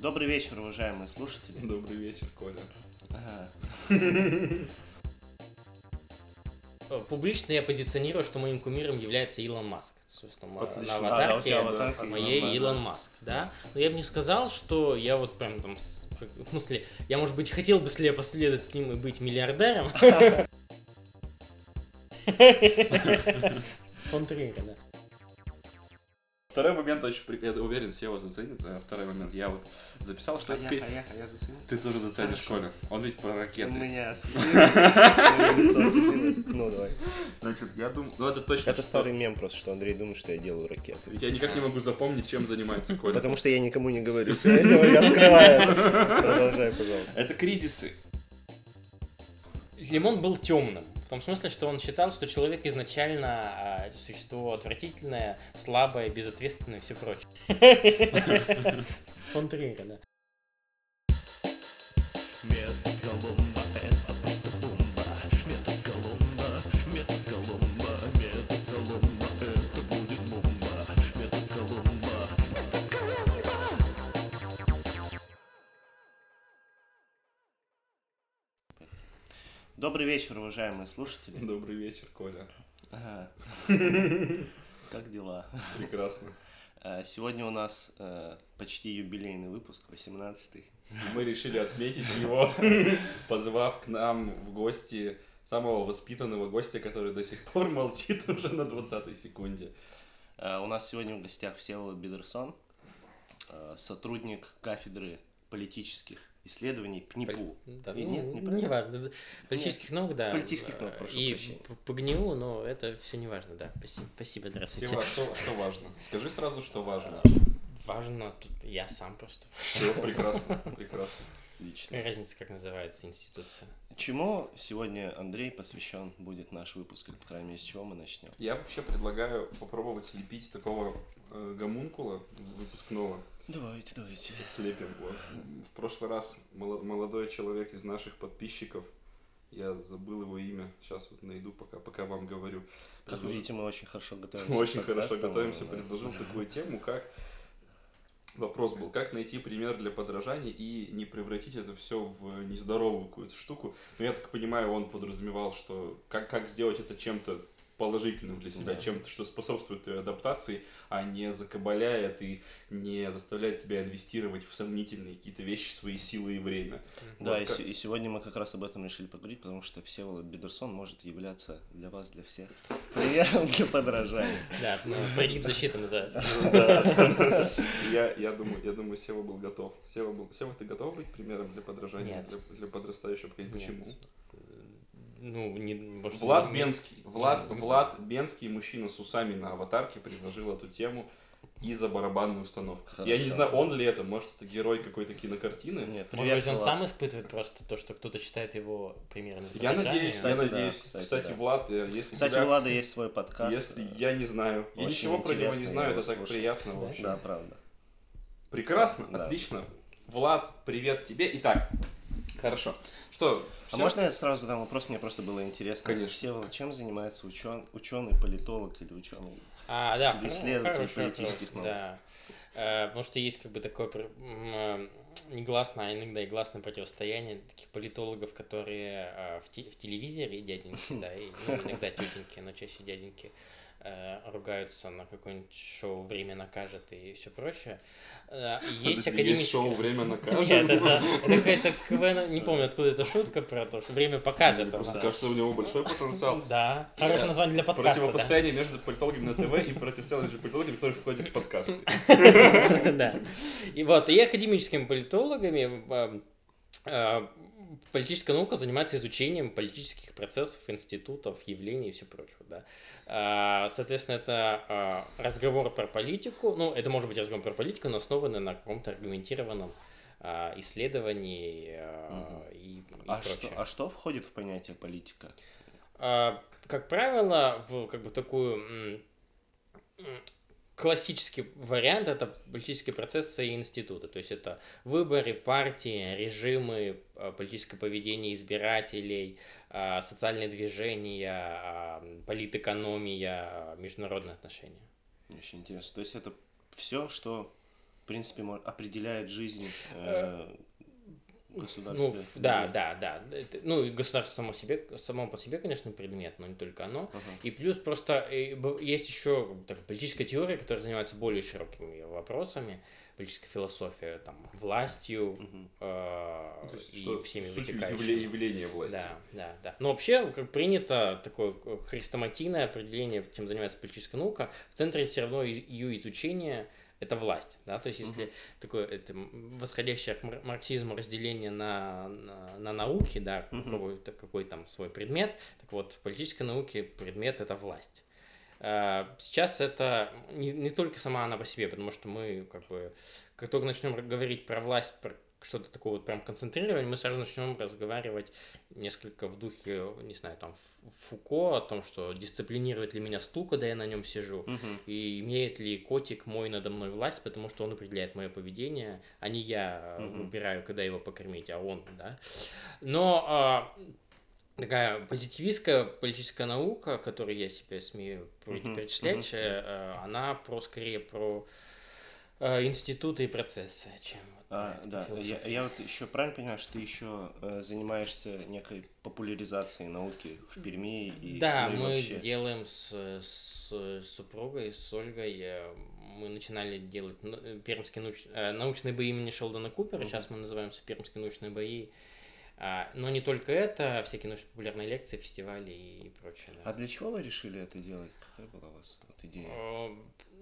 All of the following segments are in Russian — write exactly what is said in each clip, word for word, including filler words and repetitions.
Добрый вечер, уважаемые слушатели. Добрый вечер, Коля. Ага. Публично я позиционирую, что моим кумиром является Илон Маск. Собственно, Отлично. на А, да, у аватарке тебя аватарка моей Илон Маск, Илон да. Маск, да. Но я бы не сказал, что я вот прям там, с- как- в смысле, я, может быть, хотел бы слепо следовать к ним и быть миллиардером. Фон Триера, да. Второй момент очень, при- я уверен, все его заценят. А второй момент, я вот записал, что А это я, пе- а я, а я заценил. ты тоже заценишь, Хорошо. Коля. Он ведь про У ракеты. меня осветилось. У меня лицо осветилось. Ну, давай. Значит, я думаю, ну это точно. Это что- старый мем просто, что Андрей думает, что я делаю ракеты. Ведь я никак не могу запомнить, чем занимается Коля. Потому что я никому не говорю. Все это я скрываю. Продолжай, пожалуйста. Это кризисы. Лимон был темным. В том смысле, что он считал, что человек изначально а, существо отвратительное, слабое, безответственное и все прочее. Фон Триера, да. Метод Колумба — это просто бомба. Метод Колумба, метод Колумба, метод Колумба — это будет бомба. Метод Колумба, метод Колумба. Добрый вечер, уважаемые слушатели. Добрый вечер, Коля. Ага. Как дела? Прекрасно. А, Сегодня у нас э, почти юбилейный выпуск, восемнадцатый. Мы решили отметить его, позвав к нам в гости самого воспитанного гостя, который до сих пор молчит уже на двадцатой секунде. А, У нас сегодня в гостях Всеволод Бедерсон, э, сотрудник кафедры политических исследований ПНИПУ. Да, И ну, нет, не не правильно? важно. Политических наук, да. Политических наук, прошу И прощения. по- по ГНИУ, но это все не важно, да. Спасибо, спасибо, здравствуйте. Сева, что, что важно? Скажи сразу, что важно. Важно, тут я сам просто. Все, прекрасно, прекрасно. Отлично. Какая разница, как называется институция? Чему сегодня, Андрей, посвящен будет наш выпуск, или, по крайней мере, с чего мы начнем? Я вообще предлагаю попробовать слепить такого э, гомункула выпускного. Давайте, давайте. Слепим его. В прошлый раз моло- молодой человек из наших подписчиков, я забыл его имя, сейчас вот найду, пока, пока вам говорю. Как предложил- видите, мы очень хорошо готовимся. Мы очень к хорошо подкастам. готовимся, У нас- предложил такую тему, как вопрос был, как найти пример для подражания и не превратить это все в нездоровую какую-то штуку. Но я так понимаю, он подразумевал, что как, как сделать это чем-то положительным для себя, Да. чем-то, что способствует твоей адаптации, а не закабаляет и не заставляет тебя инвестировать в сомнительные какие-то вещи, свои силы и время. Да, Вот и, как- се- и сегодня мы как раз об этом решили поговорить, потому что Всеволод Бедерсон может являться для вас, для всех, примером для подражания. Да, ну, прогиб защиты называется. Я, я думаю, я думаю, Сева был готов. Сева, был... Сева, ты готов быть примером для подражания Нет. для, для подрастающего поколения? Почему? Нет. Ну, не, может, Влад не- Бенский. Влад, Нет. Влад Бенский, мужчина с усами на аватарке, предложил эту тему из-за барабанной установки. Я не Хорошо. знаю, он ли это, может, это герой какой-то кинокартины. Нет, Может привет, быть, он Влад. сам испытывает просто то, что кто-то считает его примером. для Я подражания. надеюсь, Кстати, я да, надеюсь. кстати, Кстати, да. Влад, э, если Кстати, тебя- у Влада есть свой подкаст. если я не знаю, я Очень ничего про него не интересно знаю, его это так слушать. приятно, в Да? общем. Да, правда. Прекрасно, Да. отлично. Влад, привет тебе. Итак, хорошо. Что, А всё? можно я сразу задам вопрос? Мне просто было интересно. Конечно. Всеволод, чем занимается ученый, ученый, политолог или ученый? А, да, Или хоро- исследователь хороший политических вопрос, наук. да. Э, Потому что есть как бы такое пр- м, э, негласное, а иногда и гласное противостояние таких политологов, которые э, в, те- в телевизоре, дяденьки, да, и ну, иногда тетеньки, но чаще дяденьки, э, ругаются на какое-нибудь шоу «Время накажет» и все прочее. Э, и есть Подожди, академическое... шоу «Время накажет». Нет, это, это какая-то КВН, не помню, откуда эта шутка про то, что время покажет. Мне просто она. кажется, у него большой потенциал. Да, хорошее название для подкаста. да. Противопостояние между политологами на ТВ и противостояние между политологами, которые входят в подкасты. Да. И вот, и академическими политологами э, э, политическая наука занимается изучением политических процессов, институтов, явлений и все прочего, да. А, Соответственно, это э, разговор про политику, ну, это может быть разговор про политику, но основанный на каком-то аргументированном э, исследовании э, и, и А что, прочее. а что входит в понятие политика? А, Как правило, в как бы такую м, м, классический вариант — это политические процессы и институты. То есть это выборы, партии, режимы, а, политическое поведение избирателей, а, социальные движения, а, политэкономия, а, международные отношения. Очень интересно. То есть это все, что в принципе, мо- определяет жизнь э, государства. Ну, ф- да, да, да. Это- ну, и государство само себе, само по себе, конечно, предмет, но не только оно. Ага. И плюс просто э, б- есть еще так, политическая теория, которая занимается более широкими вопросами, политическая философия, там, властью Мгм. э, То есть, и что всеми суть вытекающими. явле- явления власти. Да, да, да. Но вообще, как принято, такое э, хрестоматийное определение, чем занимается политическая наука, в центре все равно и- ее изучения это власть, да, то есть если такое это м, восходящее к мар- марксизму разделение на, на, на науки, да, Мгм. какой-то какой там свой предмет, так вот, в политической науке предмет это власть. Э, Сейчас это не, не только сама она по себе, потому что мы как бы, как только начнем говорить про власть, про что-то такое вот прям концентрирование, мы сразу начнем разговаривать несколько в духе, не знаю, там, Ф- Фуко, о том, что дисциплинирует ли меня стул, когда я на нем сижу, Мгм. и имеет ли котик мой надо мной власть, потому что он определяет мое поведение, а не я э, Мгм. выбираю, когда его покормить, а он, да. Но а, такая позитивистская политическая наука, которой я себя смею при- Мгм, перечислять, мгм. э, э, она про скорее про э, институты и процессы, чем вот про А, эту да, я, философию. я вот еще правильно понимаю, что ты еще э, занимаешься некой популяризацией науки в Перми и, Да, ну и мы вообще. делаем с, с супругой, с Ольгой, э, мы начинали делать ну, э, пермские науч- э, научные бои имени Шелдона Купера, Мгм. сейчас мы называемся пермские научные бои. А, но не только это, всякие научно-популярные лекции, фестивали и прочее. да. А для чего вы решили это делать? Какая была у вас вот идея? Э,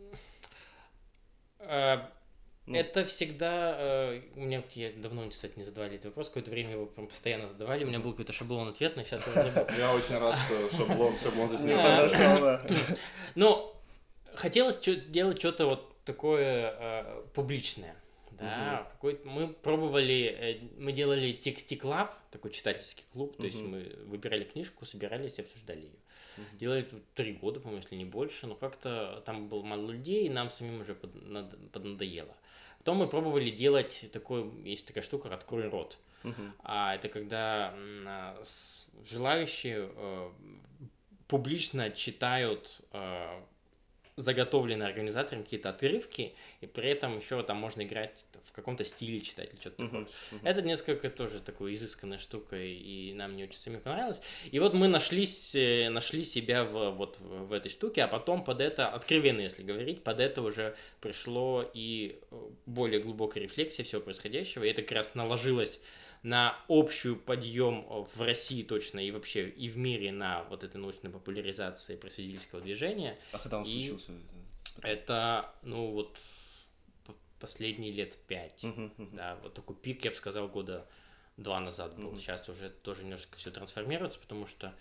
э, Ну. Это всегда... э, У меня, я давно, кстати, не задавали этот вопрос, какое-то время его прям постоянно задавали, у меня был какой-то шаблон ответный, сейчас я забыл. Я очень рад, что шаблон, шаблон здесь не Не А, подошел. подошел, да. Ну, хотелось чё- делать что-то вот такое э, публичное. Да, какой мы пробовали, э, мы делали Тексти Клаб, такой читательский клуб, то есть Мгм. мы выбирали книжку, собирались и обсуждали ее. Мгм. Делали это три года, по-моему, если не больше, но как-то там было мало людей, и нам самим уже под- над- поднадоело. Потом мы пробовали делать такой, есть такая штука «Открой рот». Мгм. А это когда м, а, с- желающие э, публично читают э, заготовленные организатором какие-то отрывки, и при этом еще там можно играть в каком-то стиле читать или что-то такое. Мгм. Мгм. Это несколько тоже такой изысканная штука, и нам не очень самим понравилось. И вот мы нашлись, э, нашли себя в, вот в в этой штуке, а потом под это, откровенно если говорить, под это уже пришло и э, более глубокая рефлексия всего происходящего, и это как раз наложилось на общую подъем в России точно и вообще и в мире на вот этой научной популяризации просветительского движения. А когда он И- случился? Это, ну вот, п- последние лет пять. Мгм. Мгм. Да, вот такой пик, я бы сказал, года два назад был. Мгм. Сейчас уже тоже немножко все трансформируется, потому что,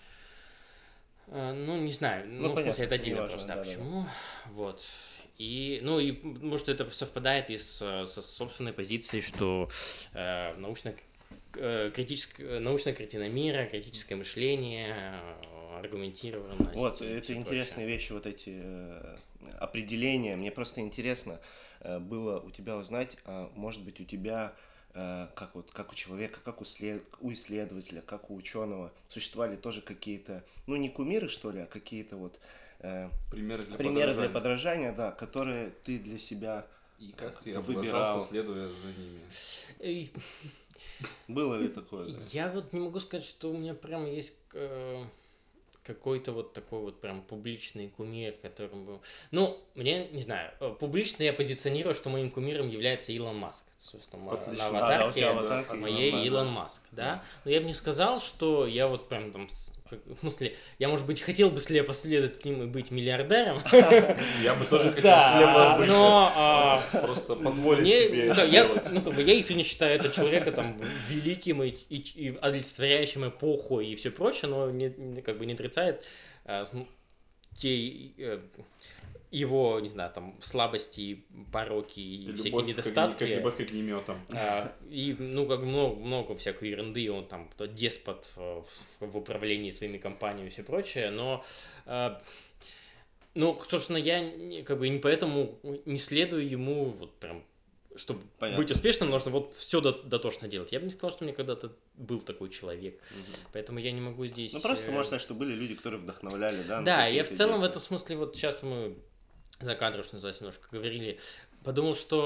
э, ну, не знаю, ну, в понятно, смысле, это отдельный неважно, вопрос, да, да-да-да. почему, вот. И, ну, и, может, это совпадает и с, со собственной позицией, что э, научно э, критическая, научная картина мира, критическое мышление, э, аргументированность. Вот, и это всё интересные прочее. вещи, вот эти э, определения. Мне просто интересно э, было у тебя узнать, а может быть у тебя, э, как вот, как у человека, как у, след- у исследователя, как у ученого, существовали тоже какие-то, ну не кумиры что ли, а какие-то вот э, Примеры для примеры для подражания. подражания, да, которые ты для себя И как ты Ты облажался, выбирал. следуя за ними. И было ли такое? Да? Я вот не могу сказать, что у меня прям есть э, какой-то вот такой вот прям публичный кумир, которым был... Ну, мне, не знаю, э, публично я позиционирую, что моим кумиром является Илон Маск. Собственно, ма- Отлично. на А, да, у аватарке тебя аватарка моей Илон Маск, Илон да. Маск, да. Но я бы не сказал, что я вот прям там... с- как- В смысле, я, может быть, хотел бы слепо следовать к ним и быть миллиардером. Я бы тоже хотел Да, слепо быть. но... а, Просто позволить Мне, себе ну, это я, делать. ну, как бы я искренне считаю этого человека там великим и, и, и олицетворяющим эпоху и все прочее, но не, не- как бы не отрицает а, м, те э, его, не знаю, там слабости, пороки и Любовь всякие к огне- недостатки. Как любовь к огнеметам. А, и, ну, как много, много всякой ерунды, он там то деспот э, в, в управлении своими компаниями и все прочее, но, э, ну, собственно, я не- как бы не поэтому не следую ему вот прям, чтобы Понятно. быть успешным, нужно вот все дотошно делать. Я бы не сказал, что у меня когда-то был такой человек, Мгм. поэтому я не могу здесь... Ну просто э, можно сказать, что были люди, которые вдохновляли, да? на да, я в какие-то целом в действия. этом смысле, вот сейчас мы за кадром, что называется, немножко говорили, подумал, что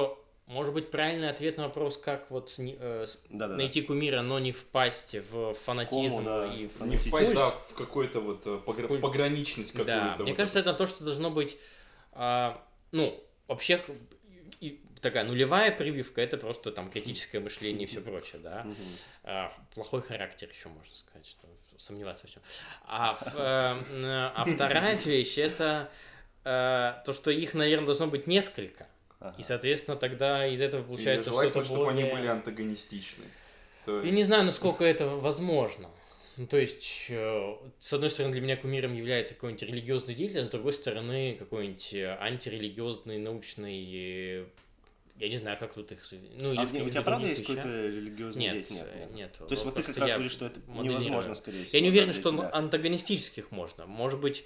Может быть, правильный ответ на вопрос, как вот не- э, с- Да-да-да. найти кумира, но не впасть в фанатизм Кому, да, и в Не фанатичность. впасть, культ. да, в какой-то вот э, погра- Культ. пограничность какую-то. Да, мне вот кажется, эту. это то, что должно быть, а, ну, вообще х- и такая нулевая прививка, это просто там критическое мышление и все прочее, да. Мгм. А, плохой характер еще можно сказать, что сомневаться во всем. А, в- э, а вторая вещь это э, то, что их, наверное, должно быть несколько. Ага. И, соответственно, тогда из этого И получается желательно, что-то чтобы они более... были антагонистичны. То Я есть- не знаю, насколько это возможно. Ну, то есть, э, с одной стороны, для меня кумиром является какой-нибудь религиозный деятель, а с другой стороны, какой-нибудь э, антирелигиозный, научный, э, я не знаю, как тут их... сов- Ну, или А в у тебя каких-то правда других есть вещах. какой-то религиозный Нет, деятель? э, нет. То есть вот ты как просто раз я говоришь, что это моделирую. невозможно, скорее всего. Я не да, уверен, для что тебя. антагонистических можно. Может быть,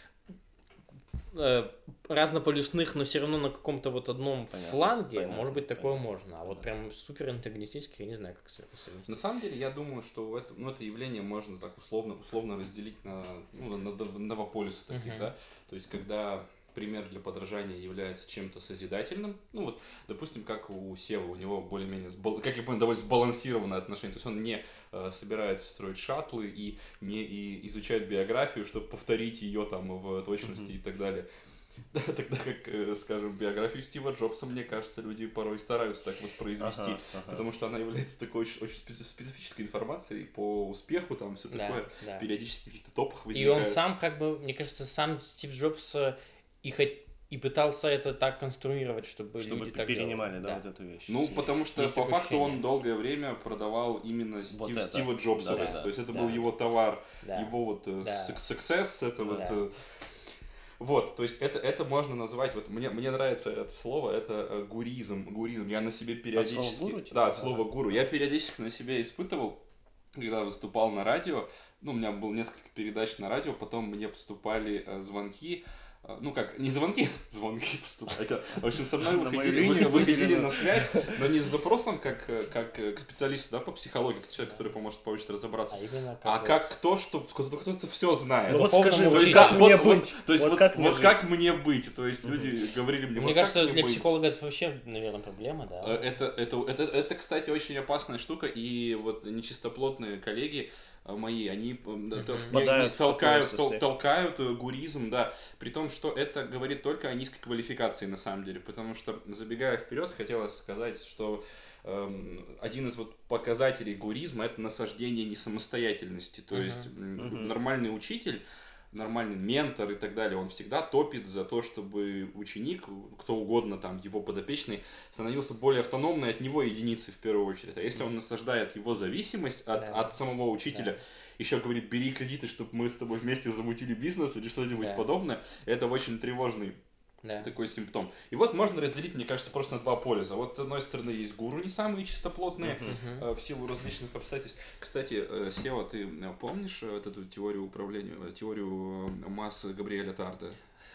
э, разнополюсных, но все равно на каком-то вот одном Понятно, фланге, понятно, может быть, такое понятно, можно. А вот понятно. прям супер антагонистических, я не знаю, как со- совместить. На самом деле, я думаю, что в это, ну, это явление можно так условно, условно разделить на, ну, на дов- новополисы таких, Мгм. да. То есть, когда пример для подражания является чем-то созидательным, ну вот, допустим, как у Севы, у него более-менее, сбал- как я понял, довольно сбалансированное отношение. То есть он не э, собирается строить шаттлы и не и изучает биографию, чтобы повторить ее там в точности Мгм. и так далее. Да, тогда как, э, скажем, биографию Стива Джобса, мне кажется, люди порой стараются так воспроизвести, Ага, ага. потому что она является такой очень, очень специ- специфической информацией по успеху, там все Да, такое, да. периодически в каких-то топах И возникает. он сам, как бы, мне кажется, сам Стив Джобс э, и, хот- и пытался это так конструировать, чтобы, Чтобы люди так перенимали, делали. да, вот эту вещь. Ну, потому что Есть по такое факту он ощущение. долгое время продавал именно Стив- Вот это. Стива Джобса. Да, да, То есть это да. был его товар, Да. его вот э, Да. сек- success, это вот... Да. э, Вот, то есть это, это можно назвать, вот мне, мне нравится это слово, это э, гуризм, гуризм. Я на себе периодически... слова гуру, типа? Да, от Ага. слова гуру. Я периодически на себе испытывал, когда выступал на радио, ну, у меня было несколько передач на радио, потом мне поступали э, звонки, э, ну, как, не звонки, звонки поступали. В общем, со мной На мою выходили, линию вы- выходили выделено. на связь, но не с запросом, как, э, как э, к специалисту, да, по психологии, как человек, который поможет помочь разобраться, А именно как а вот- как кто, что кто-то, кто-то все знает. Ну вот духовному скажи, вот учителю. как вот- мне вот- быть? То есть Вот вот, как мне вот жить? как мне быть? То есть люди говорили мне, Мне вот кажется, как мне для быть? психолога это вообще, наверное, проблема, Э, да. Это, это, это, это, кстати, очень опасная штука, и вот нечистоплотные коллеги э, мои, они э, да, то- Впадают не- в толкают, такое тол- состояние. толкают э, гуризм, да, при том, что это говорит только о низкой квалификации на самом деле, потому что, забегая вперед, хотелось сказать, что эм, один из вот показателей гуризма — это насаждение несамостоятельности, то Мгм. есть м, Мгм. нормальный учитель, нормальный ментор и так далее, он всегда топит за то, чтобы ученик, кто угодно там, его подопечный, становился более автономной от него единицей в первую очередь. А если он насаждает его зависимость от, Да. от самого учителя, Да. еще говорит, бери кредиты, чтобы мы с тобой вместе замутили бизнес или что-нибудь Да. подобное, это очень тревожный Да. такой симптом. И вот можно разделить, мне кажется, просто на два полюса. Вот с одной стороны есть гуру, не самые чистоплотные, Мгм. э, в силу различных обстоятельств. Кстати, э, Сева, ты э, помнишь э, вот эту теорию управления, э, теорию э, масс Габриэля Тарда?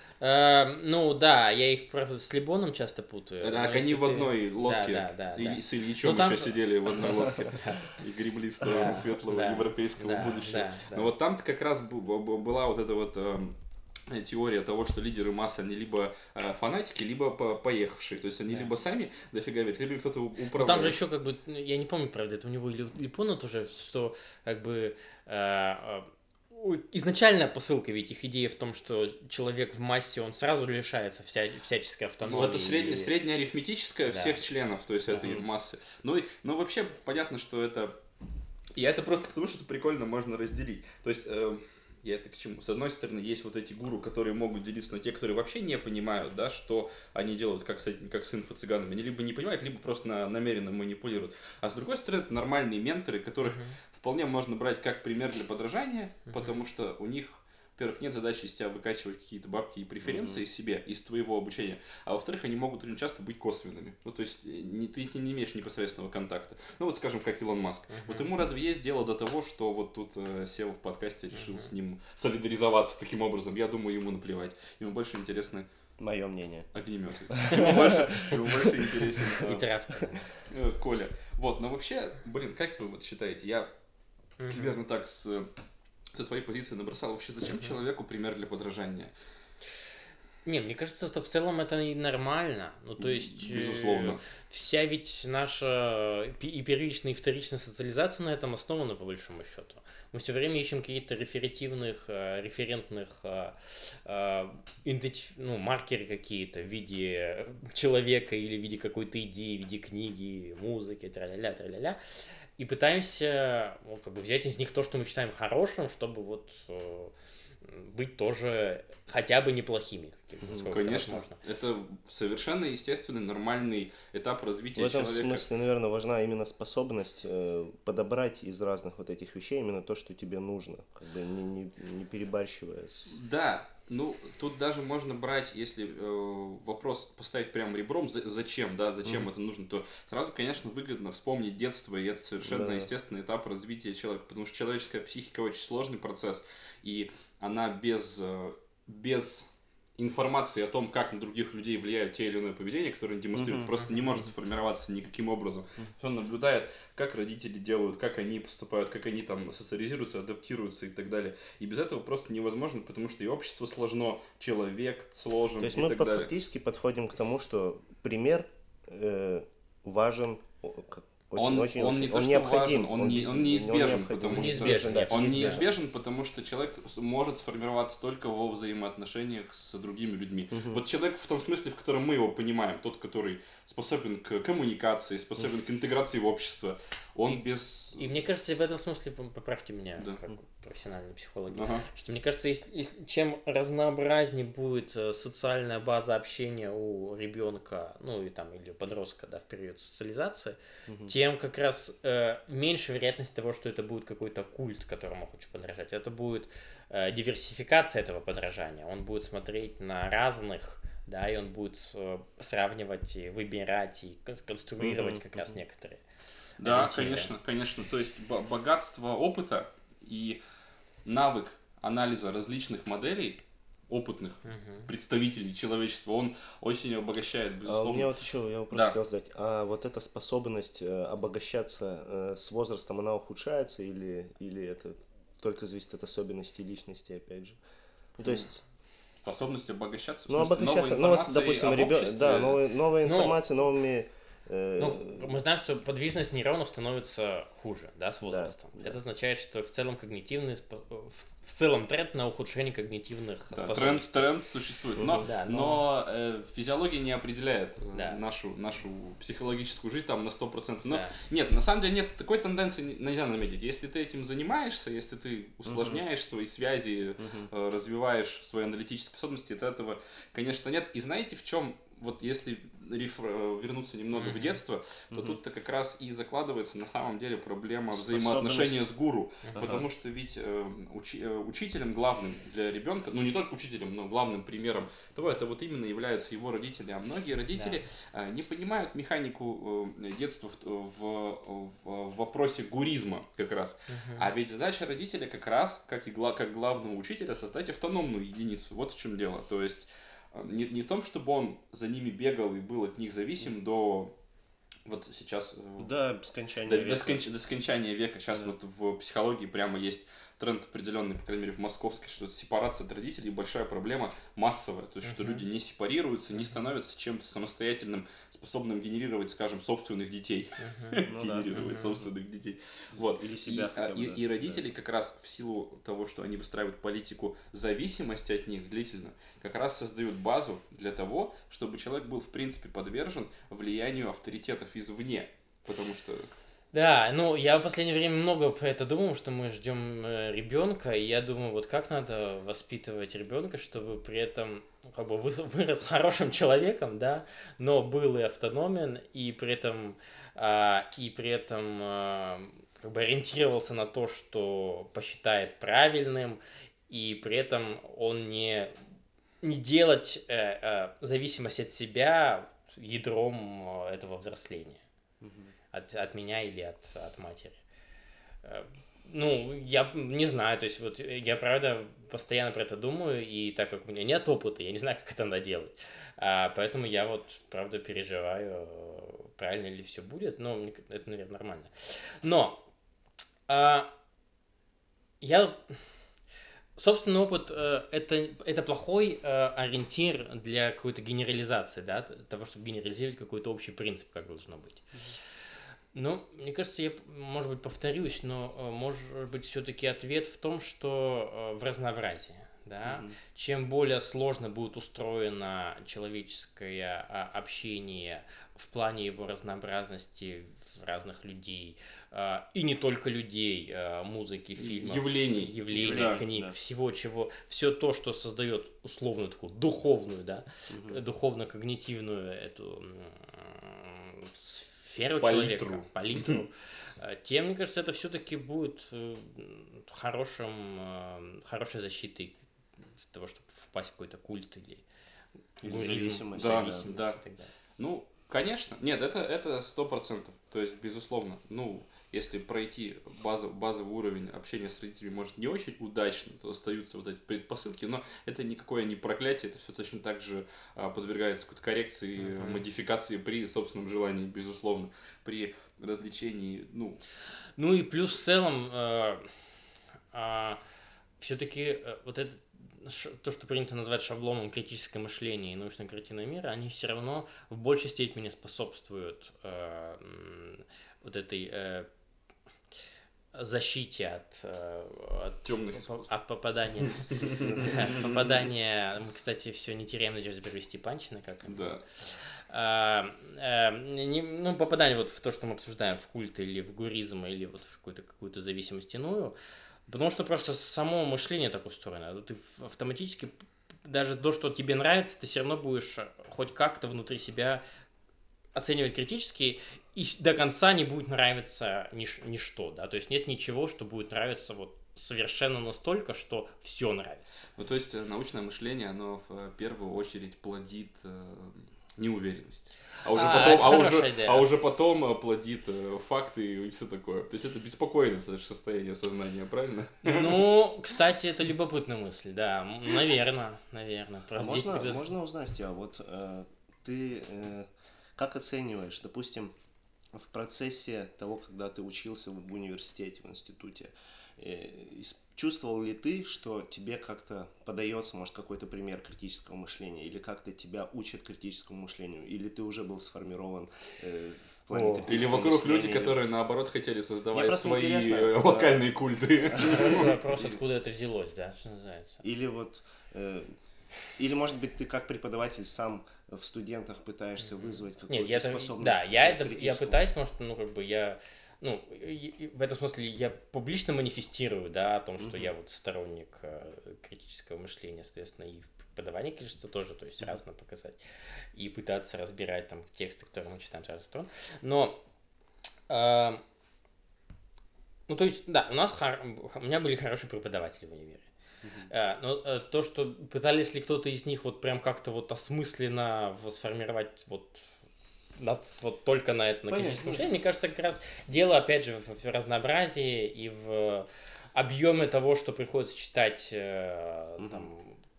Э, ну да, я их, правда, с Либоном часто путаю. Так, но они если в ты- одной лодке, Да, да, да, и да. с Ильичем Ну, там- еще сидели в одной лодке и гребли в сторону Да, светлого да, европейского да, будущего. да, да. Но вот там как раз бу- бу- была вот эта вот эм, теория того, что лидеры масс, они либо э, фанатики, либо по- поехавшие. То есть они Да. либо сами дофига верят, либо кто-то у- Ну, управляет. там же еще как бы, ну, я не помню, правда, это у него или Липона тоже, что как бы э, э, у- изначальная посылка ведь их идея в том, что человек в массе, он сразу лишается вся, всяческой автономии. Ну, это средне, и- средняя арифметическая Да. всех членов, то есть этой Мгм. массы. Ну, и, ну, вообще, понятно, что это... И это просто потому, что это прикольно можно разделить. То есть, э, я это к чему? С одной стороны, есть вот эти гуру, которые могут делиться на те, которые вообще не понимают, да, что они делают, как с, этим- как с инфо-цыганами. Они либо не понимают, либо просто на- намеренно манипулируют. А с другой стороны, это нормальные менторы, которых Мгм. вполне можно брать как пример для подражания, Мгм. потому что у них, во-первых, нет задачи из тебя выкачивать какие-то бабки и преференции Мгм. из себя, из твоего обучения, а во-вторых, они могут очень часто быть косвенными. Ну, то есть, э, не, ты с ним не имеешь непосредственного контакта. Ну, вот, скажем, как Илон Маск. Мгм. Вот ему разве есть дело до того, что вот тут э, Сева в подкасте решил Мгм. с ним солидаризоваться таким образом? Я думаю, ему наплевать. Ему больше интересны Мое мнение. огнеметы. Ему больше ему больше интересен э, И травка. э, Коля. Вот, но вообще, блин, как вы вот считаете, я Мгм. примерно так с, со своей позиции набросал. Вообще, зачем Мгм. человеку пример для подражания? Не, мне кажется, что в целом это и нормально. Ну, то есть, э, Безусловно. вся ведь наша пи- и первичная, и вторичная социализация на этом основана, по большому счету. Мы все время ищем какие-то реферативных, э, референтных э, э, идентиф- ну, маркеры какие-то в виде человека или в виде какой-то идеи, в виде книги, музыки, тра-ля-ля, тра-ля-ля. И пытаемся, ну, как бы взять из них то, что мы считаем хорошим, чтобы вот э, быть тоже хотя бы неплохими, какими, насколько это Конечно, возможно. это совершенно естественный, нормальный этап В развития этом человека. смысле, наверное, важна именно способность э, подобрать из разных вот этих вещей именно то, что тебе нужно, как бы не, не, не перебарщивая с... Да, ну тут даже можно брать, если э, вопрос поставить прямо ребром, за- зачем, да, зачем Мгм. это нужно, то сразу, конечно, выгодно вспомнить детство, и это совершенно Да. естественный этап развития человека, потому что человеческая психика очень сложный процесс, и она без, э, без информации о том, как на других людей влияют те или иное поведение, которое они демонстрируют, Мгм, просто не мгм, может мгм. сформироваться никаким образом. Мгм. Он наблюдает, как родители делают, как они поступают, как они там социализируются, адаптируются и так далее. И без этого просто невозможно, потому что и общество сложно, человек сложен То есть и мы так по- далее. фактически подходим к тому, что пример э, важен, о, как- очень, Он, очень, он очень, не то, он что необходим, важен, он, не, без- он неизбежен, необходим, потому Он что неизбежен, да, нет, он неизбежен. неизбежен, потому что человек с- может сформироваться только во взаимоотношениях с другими людьми. Мгм. Вот человек в том смысле, в котором мы его понимаем, тот, который способен к коммуникации, способен к интеграции в общество, он без... И мне кажется, в этом смысле, п- поправьте меня, Да. как профессиональный психолог, Ага. что мне кажется, если, если- чем разнообразнее будет э, социальная база общения у ребенка, ну и там или подростка, да, в период социализации, Мгм. тем как раз э, меньше вероятность того, что это будет какой-то культ, которому хочет подражать. Это будет э, диверсификация этого подражания. Он будет смотреть на разных, да, и он будет э, сравнивать и выбирать и кон- конструировать Мгм, как раз мгм. некоторые Да, ориентиры. конечно, конечно. То есть бо- богатство опыта и навык анализа различных моделей, опытных Мгм. представителей человечества, он очень обогащает, А у безусловно. меня вот еще я вопрос Да. хотел задать. А вот эта способность э, обогащаться э, с возрастом, она ухудшается или, или это только зависит от особенностей личности, опять же? Ну, то есть, Способность обогащаться. в ну, смысле, новой обогащаться, ну, вот, информацией допустим, об ребенок, обществе. да, новая, новая Ну, информация, новыми... э, Ну, мы знаем, что подвижность нейронов становится хуже, да, с Да, возрастом. да. Это означает, что в целом когнитивные, спо- в, в целом тренд на ухудшение когнитивных Да, тренд, способностей. тренд существует. Но, Мгм. Да, но- но э, физиология не определяет э, Да. нашу, нашу психологическую жизнь там на сто процентов. Но Да. нет, на самом деле нет, такой тенденции не- нельзя наметить. Если ты этим занимаешься, если ты усложняешь свои связи, Мгм. э, развиваешь свои аналитические способности, то этого, конечно, нет. И знаете, в чем, вот если реф- э, вернуться немного в Мгм. детство, то Мгм. тут-то как раз и закладывается на самом деле проблема Способность. взаимоотношения с гуру. Ага. Потому что ведь э, учи- э, учителем главным для ребенка, ну не только учителем, но главным примером того, это вот именно являются его родители. А многие родители э, не понимают механику э, детства в, в, в- в вопросе гуризма как раз. Мгм. А ведь задача родителя как раз, как и гла- как главного учителя, создать автономную единицу. Вот в чем дело. То есть э, не, не в том, чтобы он за ними бегал и был от них зависим до вот сейчас э, До скончания до, века. до сконч- до скончания века. Сейчас Да. вот в психологии прямо есть тренд определенный, по крайней мере в московской, что сепарация от родителей большая проблема массовая. То есть, что Мгм. люди не сепарируются, не становятся чем-то самостоятельным, способным генерировать, скажем, собственных детей. Мгм. Ну да. Генерировать Мгм. собственных детей. Вот. Или И, себя а, хотя бы, и, да. и родители как раз в силу того, что они выстраивают политику зависимости от них длительно, как раз создают базу для того, чтобы человек был в принципе подвержен влиянию авторитетов извне. Потому что Да, ну я в последнее время много про это думал, что мы ждем ребенка, и я думаю, вот как надо воспитывать ребенка, чтобы при этом ну, как бы вы- вырос хорошим человеком, да, но был и автономен, и при этом а, и при этом а, как бы ориентировался на то, что посчитает правильным, и при этом он не не делать э, э, зависимость от себя ядром э, этого взросления. Мгм. От, от меня или от, от матери. Э, Ну, я не знаю, то есть вот я правда постоянно про это думаю, и так как у меня нет опыта, я не знаю, как это надо делать. А, поэтому я вот правда переживаю, э, правильно ли все будет, но мне ка- это, наверное, нормально. Но а, я Собственный опыт э, это, это плохой э, ориентир для какой-то генерализации, да, т- того, чтобы генерализировать какой-то общий принцип, как должно быть. Ну, мне кажется, я, может быть, повторюсь, но э, может быть все-таки ответ в том, что э, в разнообразии. Да? Мгм. Чем более сложно будет устроено человеческое а, общение в плане его разнообразности разных людей, а, и не только людей, а, музыки, фильмов, Явлений. явлений, Да, книг, да. всего чего, все то, что создает условную такую духовную, да, Мгм. духовно-когнитивную эту м, сферу Палитру. человека, палитру, э, тем, мне кажется, это все-таки будет э, хорошим, э, хорошей защитой от того, чтобы впасть в какой-то культ или Или гуризм, зависимость, да, зависимость да. и так далее. Ну, конечно. Нет, это это сто процентов. То есть, безусловно, ну, если пройти базов, базовый уровень общения с родителями, может, не очень удачно, то остаются вот эти предпосылки, но это никакое не проклятие, это все точно так же а, подвергается какой-то коррекции, Мгм. модификации при собственном желании, безусловно, при развлечении, ну, Ну и плюс в целом все-таки вот это ш- то, что принято называть шаблоном критическое мышление и научная картина мира, они все равно в большей степени способствуют э, м, вот этой э, защите от, э, от, Тёмных по- искусств. от попадания, от попадания. Мы, кстати, все не теряем надежды перевести Панчина, как да. а, а, не- ну, попадание вот в то, что мы обсуждаем, в культ или в гуризм, или вот в какую-то, какую-то зависимость иную, потому что просто само мышление так устроено. Ты автоматически, даже то, что тебе нравится, ты все равно будешь хоть как-то внутри себя оценивать критически, и с- до конца не будет нравиться нич- ничто, да, то есть нет ничего, что будет нравиться вот совершенно настолько, что все нравится. Ну, то есть, э, научное мышление, оно в э, первую очередь плодит э, неуверенность. А уже, А, потом, это а, хорошая уже, идея. а уже потом э, плодит э, факты и все такое. То есть это беспокойное со- состояние сознания, правильно? Ну, кстати, это любопытная мысль, да, наверное, наверное. А Здесь можно, тогда- можно узнать тебя, вот э, ты э, как оцениваешь, допустим, в процессе того, когда ты учился в университете, в институте, э, ис- чувствовал ли ты, что тебе как-то подается, может, какой-то пример критического мышления, или как-то тебя учат критическому мышлению, или ты уже был сформирован э, в плане О. критического Или вокруг люди, мышления? которые, наоборот, хотели создавать просто свои интересно, э, да. локальные культы. Хороший вопрос, откуда это взялось, да, что называется. Или вот, э, или может быть ты как преподаватель сам в студентах пытаешься вызвать какую-то Нет, я это, способность да, к я это, я критическому. пытаюсь, потому что, ну, как бы я, ну, и- и в этом смысле я публично манифестирую, да, о том, что Мгм. я вот сторонник э, критического мышления, соответственно, и в преподавании, конечно, тоже, то есть разно показать и пытаться разбирать там тексты, которые мы читаем с разных сторон, но э, ну, то есть, да, у нас, хор- у меня были хорошие преподаватели в универе. Э, Но э, то, что пытались ли кто-то из них вот прям как-то вот осмысленно сформировать вот, над- вот только на это, на Понятно. критическом мышлении, мне кажется, как раз дело, опять же, в, в разнообразии и в объеме того, что приходится читать э, Мгм. там,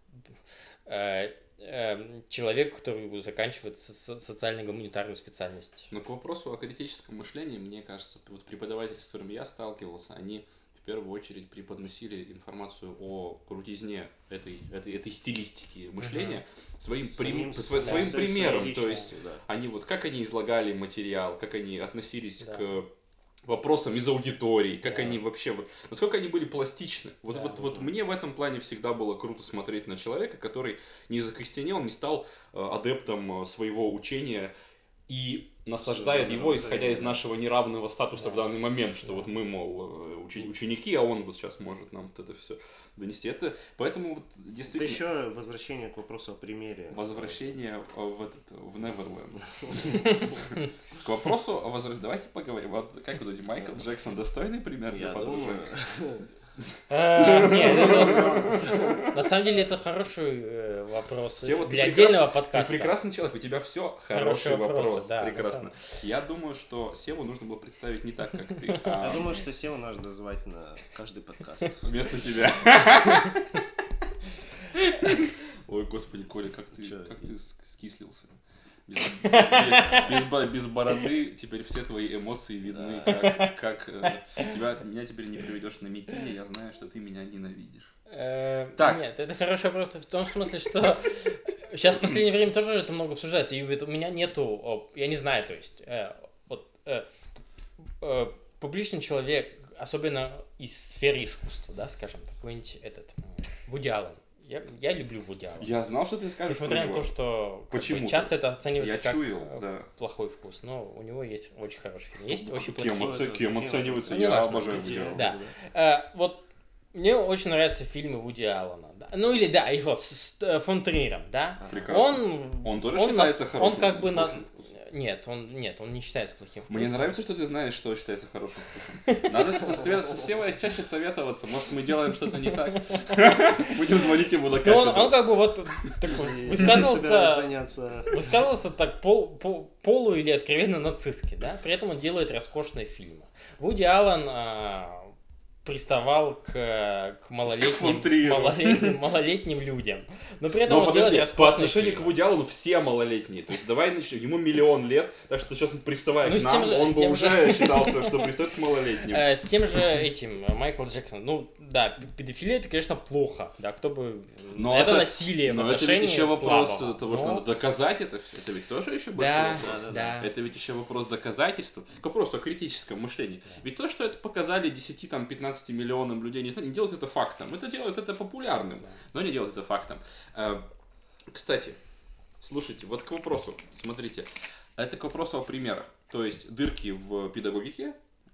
э, э, человеку, который заканчивает со- со- социально-гуманитарную специальность. Но к вопросу о критическом мышлении, мне кажется, вот преподаватели, с которыми я сталкивался, они в первую очередь преподносили информацию о крутизне этой, этой, этой стилистики мышления своим, Самим прим- с- сво- да, своим своей примером. То личностью, есть да. они вот как они излагали материал, как они относились Да. к вопросам из аудитории, как Да. они вообще, вот, насколько они были пластичны. Вот, Да. вот, вот мне в этом плане всегда было круто смотреть на человека, который не закостенел, не стал э, адептом э, своего учения и наслаждает Своего его, исходя из мировоззрения, да. нашего неравного статуса Да. в данный момент, что Да. вот мы, мол, э, учи- ученики, а он вот сейчас может нам вот это все донести. Это, поэтому вот Это действительно еще возвращение к вопросу о примере. возвращение э, в, этот, в Неверленд. К вопросу о возвращении. Давайте поговорим. Вот как вы думаете, Майкл Джексон достойный пример для Я думаю, подражания? А, Нет, это- на самом деле это хороший э, вопрос Сева, ты для прекрасный- отдельного Ты подкаста. прекрасный человек, у тебя все Хорошие хороший вопросы, вопрос. да, Прекрасно. это- Я думаю, что Севу нужно было представить не так, как ты, я а думаю, что Севу надо звать на каждый подкаст. вместо тебя. Ой, господи, Коля, как ты, Чё? как ты с- скислился. Без, без- без бо- без бороды теперь все твои эмоции видны, как, как, э, тебя, меня теперь не приведешь на митинги, я знаю, что ты меня ненавидишь. Э, Так. Нет, это хороший вопрос в том смысле, что сейчас в последнее время тоже это много обсуждается, и вот у меня нету, о, я не знаю, то есть, э, вот, э, э, публичный человек, особенно из сферы искусства, да, скажем, какой-нибудь этот, м, Вуди Аллен. Я, я люблю Вуди Аллена. Я знал, что ты скажешь про Несмотря на него. то, что как бы, Почему-то. часто это оценивается Я как чуял, э, да. плохой вкус, но у него есть очень хороший фильм. Есть очень Кем, плохие. оце- кем оценивается? Ну, Я неважно. обожаю Вуди Аллена. Да. Э, вот мне очень нравятся фильмы Вуди Аллена. Да? Ну или да, и вот с, с, э, фон Триером, да. Прекрасно. Он, Он тоже на- считается хорошим Он как бы на... хорошим вкусом? Нет, он нет, он не считается плохим вкусом. Мне нравится, что ты знаешь, что считается хорошим вкусом. Надо со, совет- со Севой чаще советоваться. Может, мы делаем что-то не так. Будем звонить ему на Ну, он, он кафедру. как бы вот такой Собираюсь высказывался, заняться. высказывался так пол, пол- полу или откровенно нацистски, да. При этом он делает роскошные фильмы. Вуди Аллен а, приставал к, к малолетним, фон Триеру. малолетним, малолетним людям. Но при этом Но он делает подожди, по роскошные отношению к фильмы. Вуди Аллену все малолетние. То есть давай начнем. Ему миллион лет, так что сейчас приставая Ну, к с нам, тем же- он с бы тем уже же- считался, что пристает к малолетним. Э, с тем же этим, э, Майкл Джексон. Ну, да, п- педофилия это, конечно, плохо. Да, кто бы... Но это, это- насилие в Но это отношении ведь еще вопрос слабого. того, что Но- надо доказать это все. Это ведь тоже еще большой Да, вопрос. да. Это ведь еще вопрос доказательства. К вопросу о критическом мышлении. Ведь то, что это показали десяти-пятнадцати миллионам людей, не, знаю, не делают это фактом. Это делают это популярным, но не делают это фактом. Э, Кстати, слушайте, вот к вопросу, смотрите. Это к вопросу о примерах. То есть дырки в педагогике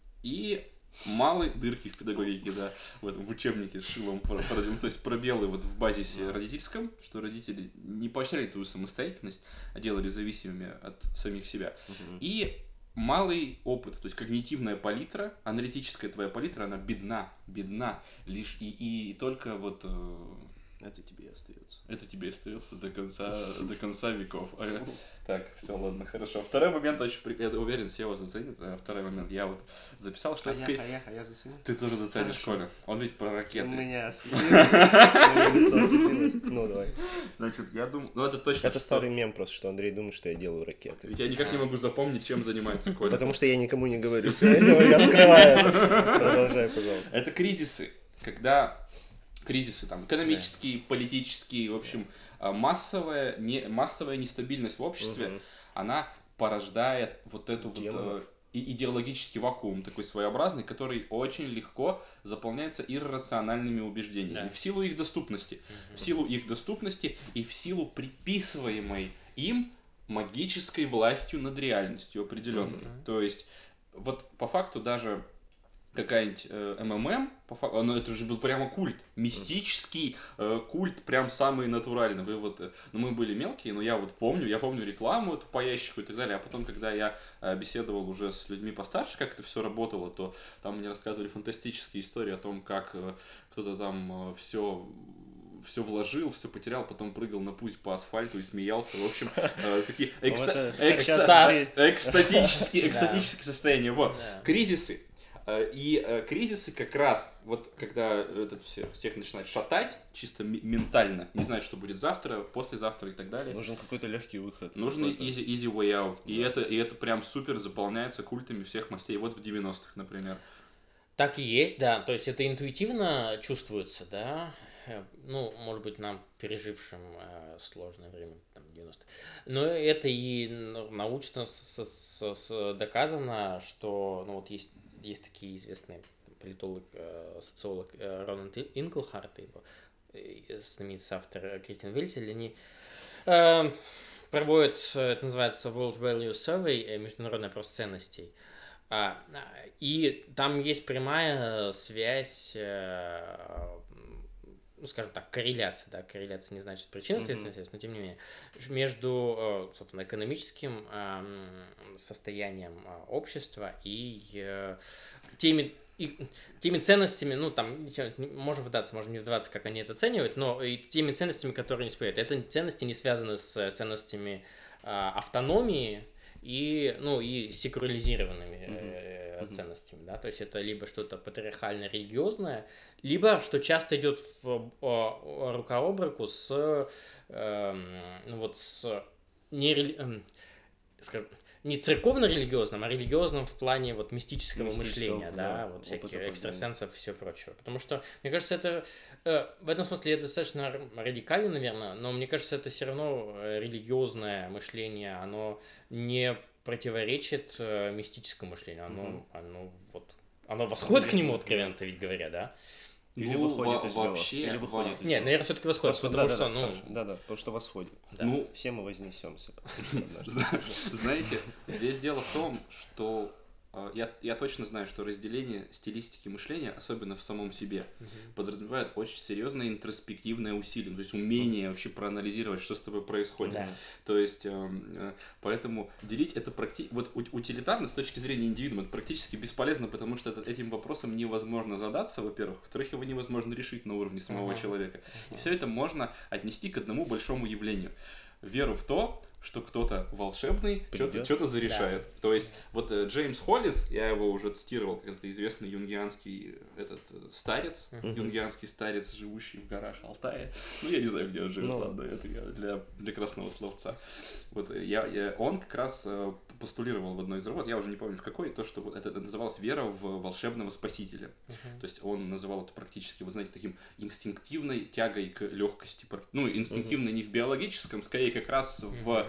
и малые дырки в педагогике, да, в этом в учебнике с шилом, пор- породим, то есть пробелы вот в базисе родительском, что родители не поощряли твою самостоятельность, а делали зависимыми от самих себя. И малый опыт, то есть когнитивная палитра, аналитическая твоя палитра, она бедна, бедна, лишь и, и только вот э, Это тебе и остается. это тебе остается до конца, до конца веков. А, Так, все, ладно, хорошо. Второй момент очень, при- я уверен, Сева заценит. а Второй момент, я вот записал, что А это я, пе- а я, а я заценил. ты тоже заценишь, Хорошо. Коля. Он ведь про У ракеты. меня осветилось. Мое лицо осветилось. Ну, давай. Значит, я думаю, ну это точно. Это что- старый мем просто, что Андрей думает, что я делаю ракеты. Ведь я никак не могу запомнить, чем занимается Коля. Потому что я никому не говорю. Всё, я я скрываю. Продолжай, пожалуйста. Это кризисы, когда кризисы там экономические, политические, в общем, а, массовая, не, массовая нестабильность в обществе, Мгм. она порождает вот эту вот Демонов. э, и- идеологический вакуум такой своеобразный, который очень легко заполняется иррациональными убеждениями. Да. В силу их доступности. В силу их доступности и в силу приписываемой им магической властью над реальностью определенной. Мгм. То есть, вот по факту даже какая-нибудь э, МММ, по факту, ну, это же был прямо культ, мистический э, культ, прям самый натуральный. Вы вот, э, ну, мы были мелкие, но я вот помню, я помню рекламу эту по ящику и так далее, а потом, когда я э, беседовал уже с людьми постарше, как это все работало, то там мне рассказывали фантастические истории о том, как э, кто-то там все все вложил, все потерял, потом прыгал на пусть по асфальту и смеялся. В общем, э, такие экста- это как экста- сейчас экстатические, Да. экстатические состояния. Вот. Да. Кризисы. Э, И э, кризисы как раз, вот когда этот всех, всех начинает шатать, чисто ми- ментально, не знает, что будет завтра, послезавтра и так далее, Нужен какой-то легкий выход. нужен какой-то. easy, easy way out. И, это, и это прям супер заполняется культами всех мастей. Вот в девяностых, например. Так и есть, да. То есть это интуитивно чувствуется, да. Э, Ну, может быть, нам, пережившим э, сложное время, там, девяностые. Но это и н- научно с- с- с- доказано, что, ну, вот есть, есть такие известные политолог, э, социолог э, Рональд И- Инглхарт, и его э, знаменитый автор э, Кристиан Вельзель, они э, проводят, э, это называется World Value Survey, э, международный опрос ценностей. А, а, и там есть прямая связь, э, ну, скажем так, корреляция, да, корреляция не значит причинно-следственная связь, но тем не менее, ж- между, э, собственно, экономическим эм, состоянием э, общества и э, теми, и теми ценностями, ну, там, ничего, не- можем вдаться, можем не вдаваться, как они это оценивают, но и теми ценностями, которые не спорят. Это ценности не связаны с ценностями э, автономии, и, ну, и секуляризированными э, Мгм. ценностями, да, то есть это либо что-то патриархально-религиозное, либо, что часто идет в, о- о- рука об руку с, эм, ну, вот с не, рели- эм, скажем, не церковно-религиозном, а религиозном в плане вот мистического, Мистического, мышления, да, да, вот опыта всяких познания. экстрасенсов и все прочего. Потому что, мне кажется, это э, в этом смысле я достаточно р- радикально, наверное, но мне кажется, это все равно э, религиозное мышление, оно не противоречит э, мистическому мышлению, оно, Мгм. оно вот оно восходит к нему, Или- откровенно-то ведь говоря, да? Или Ну, выходит во- из него. вообще, Или выходит во- из Не, него. наверное, все-таки восходит, Восход- потому да, что, да, ну, хорошо. Да, да, потому что восходит. да. Ну, Все мы вознесемся. знаете, здесь дело в том, что э, я, я точно знаю, что разделение стилистики мышления, особенно в самом себе, подразумевает очень серьезное интроспективное усилие, то есть умение вообще проанализировать, что с тобой происходит. Да. То есть, эм, э, поэтому делить это практи... вот ут- утилитарно с точки зрения индивидуума, это практически бесполезно, потому что это- этим вопросом невозможно задаться, во-первых, во-вторых, его невозможно решить на уровне самого Ага. человека. И все это можно отнести к одному большому явлению. Веру в то, что кто-то волшебный что-то, Придет. что-то зарешает. То есть, вот э, Джеймс Холлис, я его уже цитировал, как это известный юнгианский этот э, старец, Мгм. юнгианский старец, живущий в горах Алтая. Ну, я не знаю, где он живет, Ну. ладно, это я для, для красного словца. Вот э, я, я- он как раз э, постулировал в одной из работ, я уже не помню в какой, то, что вот это называлось вера в волшебного спасителя. Мгм. То есть он называл это практически, вы знаете, таким инстинктивной тягой к легкости. Ну, инстинктивной не в биологическом, скорее как раз в,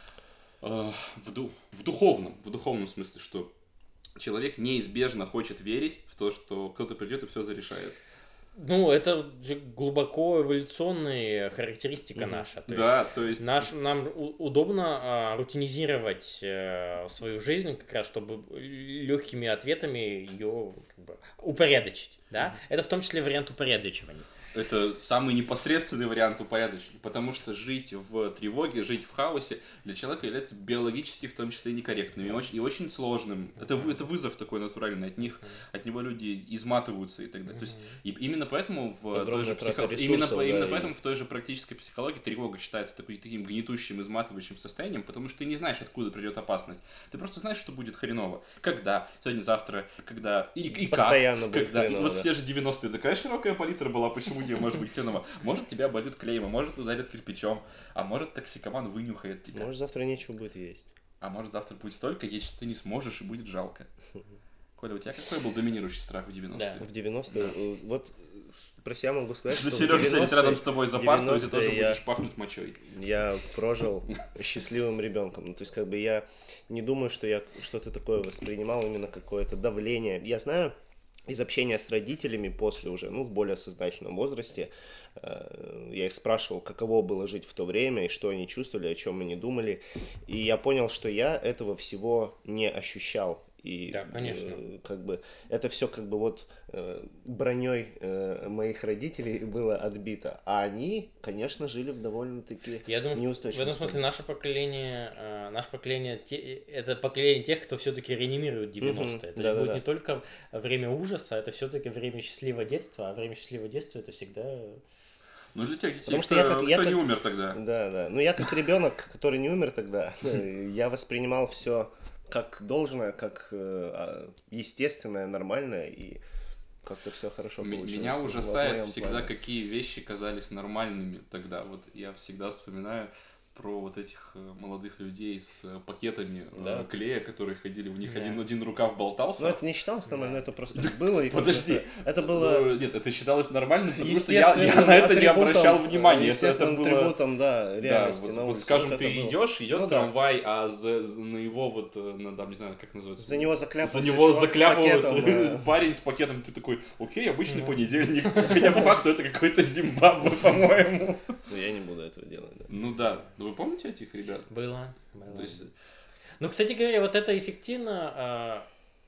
э, в, ду- в духовном, в духовном смысле, что человек неизбежно хочет верить в то, что кто-то придет и все зарешает. Ну, это же глубоко эволюционная характеристика Мгм. наша. То есть Да, то есть... Наш, нам у- удобно а, рутинизировать э, свою жизнь, как раз, чтобы легкими ответами ее как бы, упорядочить. Да? Это в том числе вариант упорядочивания. Это самый непосредственный вариант упорядочения, потому что жить в тревоге, жить в хаосе для человека является биологически в том числе некорректным и очень, и очень сложным. Это, вы- это вызов такой натуральный, от них, от него люди изматываются и так далее. То есть, и именно поэтому в той Огромная же трата психо- именно, ресурсов, по- именно да, и- поэтому в той же практической психологии тревога считается такой, таким гнетущим, изматывающим состоянием, потому что ты не знаешь, откуда придет опасность. Ты просто знаешь, что будет хреново. Когда? Сегодня, завтра, когда и, и как? Постоянно будет Когда? И хреново, вот да. в те же девяностые такая широкая палитра была, почему тебе может быть хреново. Может, тебя болит клейма, может, ударят кирпичом, а может, токсикоман вынюхает тебя. Может, завтра нечего будет есть. А может, завтра будет столько есть, что ты не сможешь и будет жалко. Коля, у тебя какой был доминирующий страх в девяностые? Да. В девяностые, э, вот про себя могу сказать, Если что в Сережа сядет девяностые рядом с тобой за парту, и ты тоже девяностые я- будешь пахнуть мочой. я прожил счастливым ребенком. Ну, то есть, как бы я не думаю, что я что-то такое воспринимал, именно какое-то давление. Я знаю из общения с родителями после уже, ну, в более сознательном возрасте, э, я их спрашивал, каково было жить в то время, и что они чувствовали, о чем они думали. И я понял, что я этого всего не ощущал. И, Да, конечно. э, как бы это все как бы вот э, броней э, моих родителей было отбито, а они, конечно, жили в довольно-таки Я думаю, что в неустойчивом этом смысле наше поколение, э, наше поколение, те- это поколение тех, кто все-таки реанимирует девяностые. Мгм. Это Да-да-да. будет не только время ужаса, это все-таки время счастливого детства, а время счастливого детства это всегда... Ну, для тех детей, Потому что кто, я как- кто я не как- умер тогда. Да, да. Ну, я как ребенок, который не умер тогда, я воспринимал все как должное, как э, а, естественное, нормальное, и как-то все хорошо М- получилось. Меня в ужасает моем всегда, плане. какие вещи казались нормальными тогда. Вот я всегда вспоминаю про вот этих э, молодых людей с э, пакетами э, Да. клея, которые ходили, у них Да. один, один рукав болтался. Ну, это не считалось нормально, это просто было. и как бы Подожди. Это, это было Ну, нет, это считалось нормальным, потому что я, естественным я на это не атрибутом, обращал внимания. Это, это естественным было... атрибутом, да, Да, реальности вот, на вот улице. скажем, Вот ты это было. идешь, идет Ну да. трамвай, а за, за- на его вот, э, на, там, не знаю, как называется. За него За закляпался него чувак с закляпывался пакетом, да. парень с пакетом, ты такой, окей, обычный понедельник, хотя по факту это какой-то Зимбабве, по-моему. Ну, я не буду этого делать, да. Ну да, ну вы помните этих ребят? Было. было. То есть, Ну, кстати говоря, вот это эффективно... а,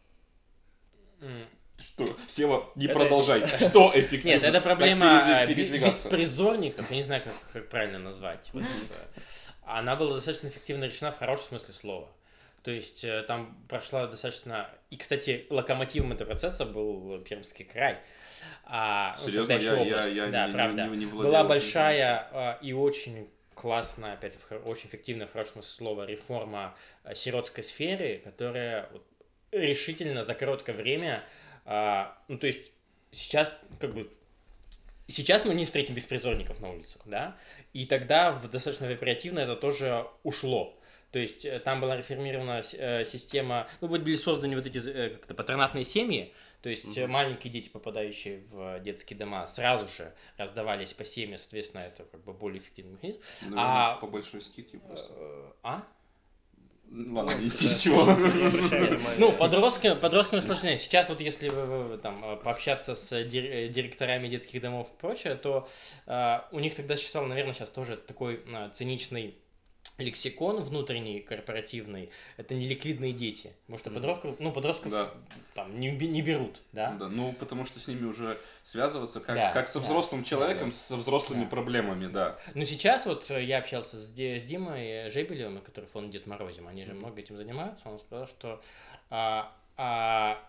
м, что, Сева, не Это- продолжай, что эффективно? Нет, это Как проблема передви- а, би- передвигаться? беспризорников, я не знаю, как, как правильно назвать. Вот, э, она была достаточно эффективно решена в хорошем смысле слова. То есть э, там прошла достаточно... И, кстати, локомотивом этого процесса был Пермский край. А, ну, Серьезно, тогда я, еще я, область. я Да, не, правда. не, не владел Была этой большая а, и очень классная, опять же, в хор- очень эффективная, в хорошем смысле слова, реформа а, сиротской сферы, которая вот решительно за короткое время, а, ну, то есть сейчас как бы сейчас мы не встретим беспризорников на улицах, да, и тогда в достаточно оперативно это тоже ушло. То есть там была реформирована э, система, ну вот были созданы вот эти э, как-то патронатные семьи, то есть mm-hmm. маленькие дети, попадающие в детские дома, сразу же раздавались по семье, соответственно, это как бы более эффективный механизм. Ну, а по большой скидке просто. А? Ладно, ничего. Ну, подросткам, подросткам сложнее. Сейчас вот если вы, там пообщаться с директорами детских домов и прочее, то э, у них тогда существовал, наверное, сейчас тоже такой э, циничный лексикон внутренний, корпоративный, это неликвидные дети. Потому что подростков, ну, подростков да. там не, не берут, да? Да, ну, потому что с ними уже связываться как, да, как со взрослым да, человеком, да, со взрослыми да. проблемами, да. Ну, сейчас вот я общался с, Ди, с Димой Жебелевым, который фонд Дед Морозим, они же много этим занимаются, он сказал, что а, а,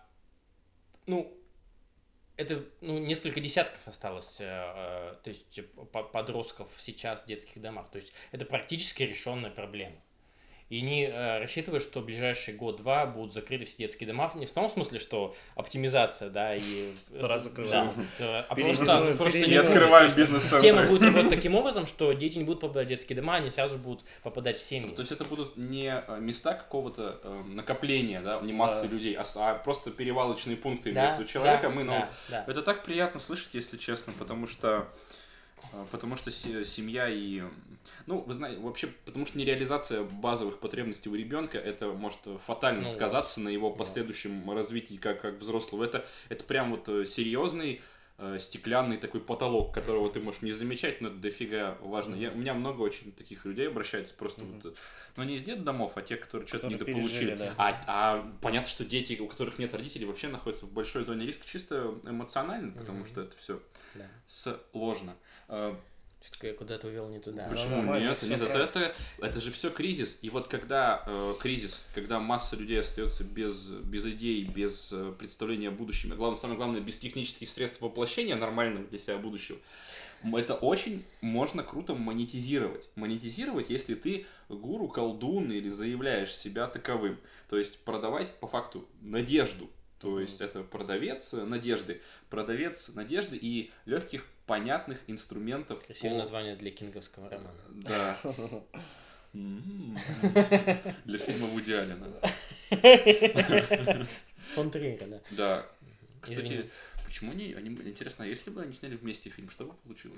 ну, это ну, несколько десятков осталось, э, то есть подростков сейчас в детских домах. То есть это практически решенная проблема. И не э, рассчитывают, что в ближайший год-два будут закрыты все детские дома. Не в том смысле, что оптимизация, да, и... Пора закрывать. Да, а просто, просто не открываем бизнес-центры. Система будет работать таким образом, что дети не будут попадать в детские дома, они сразу будут попадать в семьи. То есть это будут не места какого-то э, накопления, да, не массы да. людей, а, а просто перевалочные пункты да, между человеком да, и... Ну, да, да. Это так приятно слышать, если честно, потому что... Потому что семья и... Ну, вы знаете, вообще, потому что нереализация базовых потребностей у ребенка, это может фатально ну, сказаться на его последующем да. развитии как, как взрослого. Это, это прям вот серьезный э, стеклянный такой потолок, которого ты можешь не замечать, но это дофига важно. Mm-hmm. Я, у меня много очень таких людей обращается просто mm-hmm. вот... Но не из детдомов, а те, которые что-то недополучили. Да. А, а понятно, что дети, у которых нет родителей, вообще находятся в большой зоне риска чисто эмоционально, потому mm-hmm. что это все да. сложно. Что-то я куда-то увел не туда. Почему ну, нет? Нет, это, это, это же все кризис. И вот когда э, кризис, когда масса людей остается без, без идей, без э, представления о будущем, а главное, самое главное, без технических средств воплощения нормального для себя будущего, это очень можно круто монетизировать. Монетизировать, если ты гуру, колдун или заявляешь себя таковым. То есть продавать по факту надежду. То есть это продавец надежды, продавец надежды и легких, понятных инструментов. Красивое по... название для кинговского романа. Да. Для фильма Вуди Аллена. Фон Триера, да. Да. Кстати, почему они, интересно, если бы они сняли вместе фильм, что бы получилось?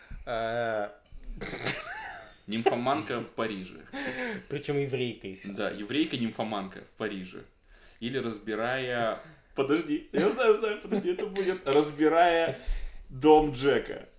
Нимфоманка в Париже. Причем еврейка еще. Да, еврейка-нимфоманка в Париже. Или разбирая... Подожди, я знаю, знаю, подожди, это будет разбирая дом Джека.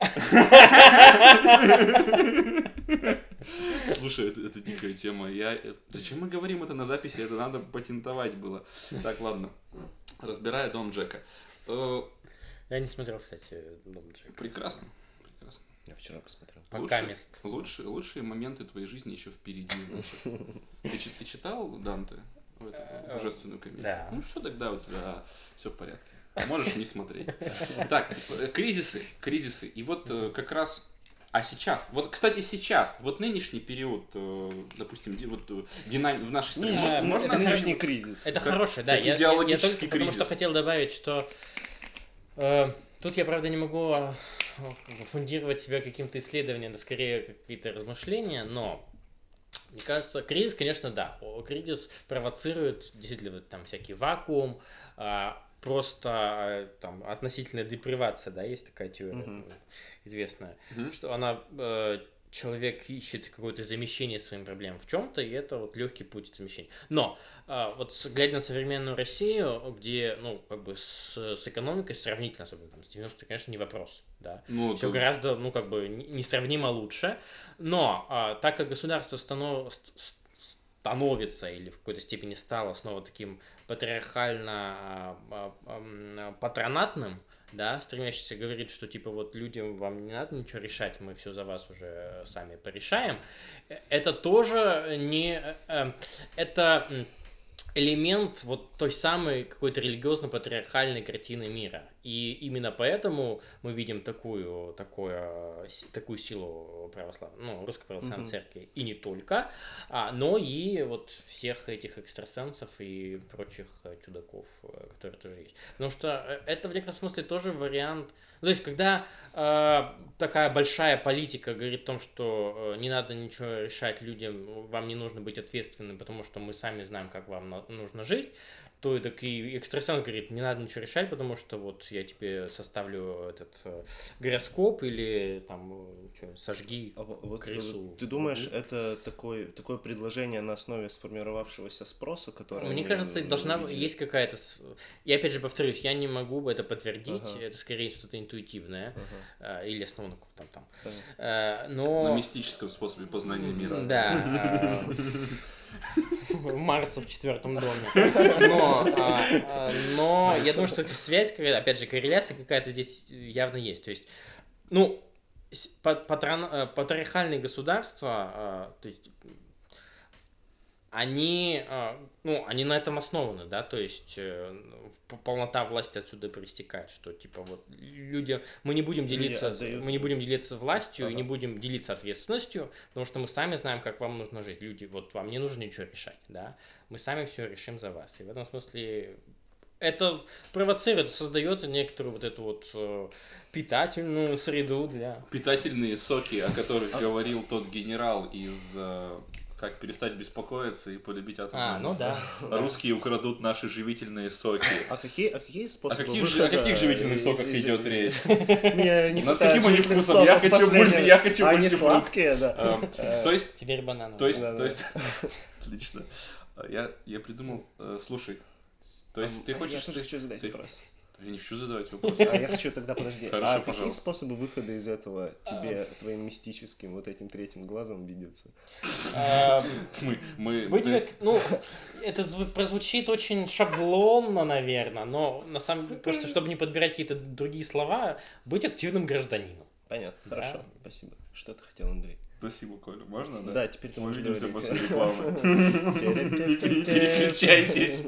Слушай, это, это дикая тема. Я... Зачем мы говорим это на записи? Это надо патентовать было. Так, ладно. Разбирая дом Джека. Я не смотрел, кстати, дом Джека. Прекрасно. Прекрасно. Я вчера посмотрел. Пока мест. Лучшие, лучшие моменты твоей жизни еще впереди. Ты, ты читал Данте? Эту божественную комедию. Да. Ну все, тогда у тебя все в порядке. Можешь не смотреть. Так, кризисы, кризисы. И вот как раз, а сейчас, вот, кстати, сейчас, вот нынешний период, допустим, вот динамик в нашей стране. Не, можно это нынешний кризис. Это хороший, да. Я, я, я только потому что хотел добавить, что э, тут я, правда, не могу фундировать себя каким-то исследованием, да скорее какие-то размышления, но мне кажется, кризис, конечно, да. Кризис провоцирует действительно там всякий вакуум, просто там относительная депривация, да, есть такая теория uh-huh. известная, uh-huh. что она человек ищет какое-то замещение своим проблемам в чем-то, и это вот легкий путь замещения. Но вот глядя на современную Россию, где, ну, как бы с, с экономикой сравнительно, особенно там с девяностых, конечно, не вопрос. Да. Ну, все то... гораздо, ну, как бы, несравнимо лучше. Но а, так как государство станов... становится или в какой-то степени стало снова таким патриархально а, а, патронатным, да, стремящийся говорить, что типа вот людям вам не надо ничего решать, мы все за вас уже сами порешаем, это тоже не... Это элемент вот той самой какой-то религиозно-патриархальной картины мира. И именно поэтому мы видим такую, такое, с- такую силу православной, ну, русской православной Мгм. церкви, и не только, а, но и вот всех этих экстрасенсов и прочих э, чудаков, э, которые тоже есть. Потому что э, это в некотором смысле тоже вариант. Ну, то есть, когда э, такая большая политика говорит о том, что э, не надо ничего решать людям, вам не нужно быть ответственным, потому что мы сами знаем, как вам на- нужно жить, то и так и экстрасенс говорит, не надо ничего решать, потому что вот я тебе составлю этот э, гороскоп или там э, чё, сожги А во- вот, крысу. вот ты в думаешь, углу. это такое, такое предложение на основе сформировавшегося спроса, которое Мне они, кажется, м, должна увидели? есть какая-то... с- Я опять же повторюсь, я не могу бы это подтвердить, Ага. это скорее что-то интуитивное Ага, э, или основано на каком-то там. понятно. Э, На но... мистическом способе познания мира. Да. э, Марса в четвертом доме. Но, а, а, но я думаю, что связь, какая- опять же, корреляция какая-то здесь явно есть. То есть, ну, с- па- патрон- э, патриархальные государства, а, то есть, они, а, ну, они на этом основаны, да, то есть э, п- полнота власти отсюда проистекает, что типа вот люди, мы не будем Люди делиться, с- отдают. мы не будем делиться властью и не Ага. будем делиться ответственностью, потому что мы сами знаем, как вам нужно жить. Люди, вот вам не нужно ничего решать, да, мы сами все решим за вас. И в этом смысле это провоцирует, создает некоторую вот эту вот э, питательную среду для... Питательные соки, о которых говорил тот генерал из э, «Как перестать беспокоиться и полюбить атомную А, ну бомбу». да. Русские украдут наши живительные соки. А какие, а какие О способы каких, же- о выхода каких живительных из- соках из- идет из- речь? Мне не Над хватает каким они живительных вкусом? Я соков хочу последнего. мульти- я хочу А они мультифрукт. сладкие, да? Эм, Э, То есть, Теперь бананы. то есть, Да, то да. есть, отлично. Я, я придумал, э, слушай, то есть ты а хочешь... Я тоже ты- хочу задать ты- вопрос. Я не хочу задавать вопрос. А я хочу тогда, подожди. Хорошо, А какие пожалуйста. способы выхода из этого тебе, твоим мистическим вот этим третьим глазом видятся? А, Мы, мы, Быть ты- как, ну, это зву- прозвучит очень шаблонно, наверное, но на самом деле, просто чтобы не подбирать какие-то другие слова, быть активным гражданином. Понятно, Да. хорошо, спасибо. Что ты хотел, Андрей? Спасибо, Коля. Можно, да? Да, теперь ты можешь Увидимся говорить. после рекламы. Не пере- переключайтесь.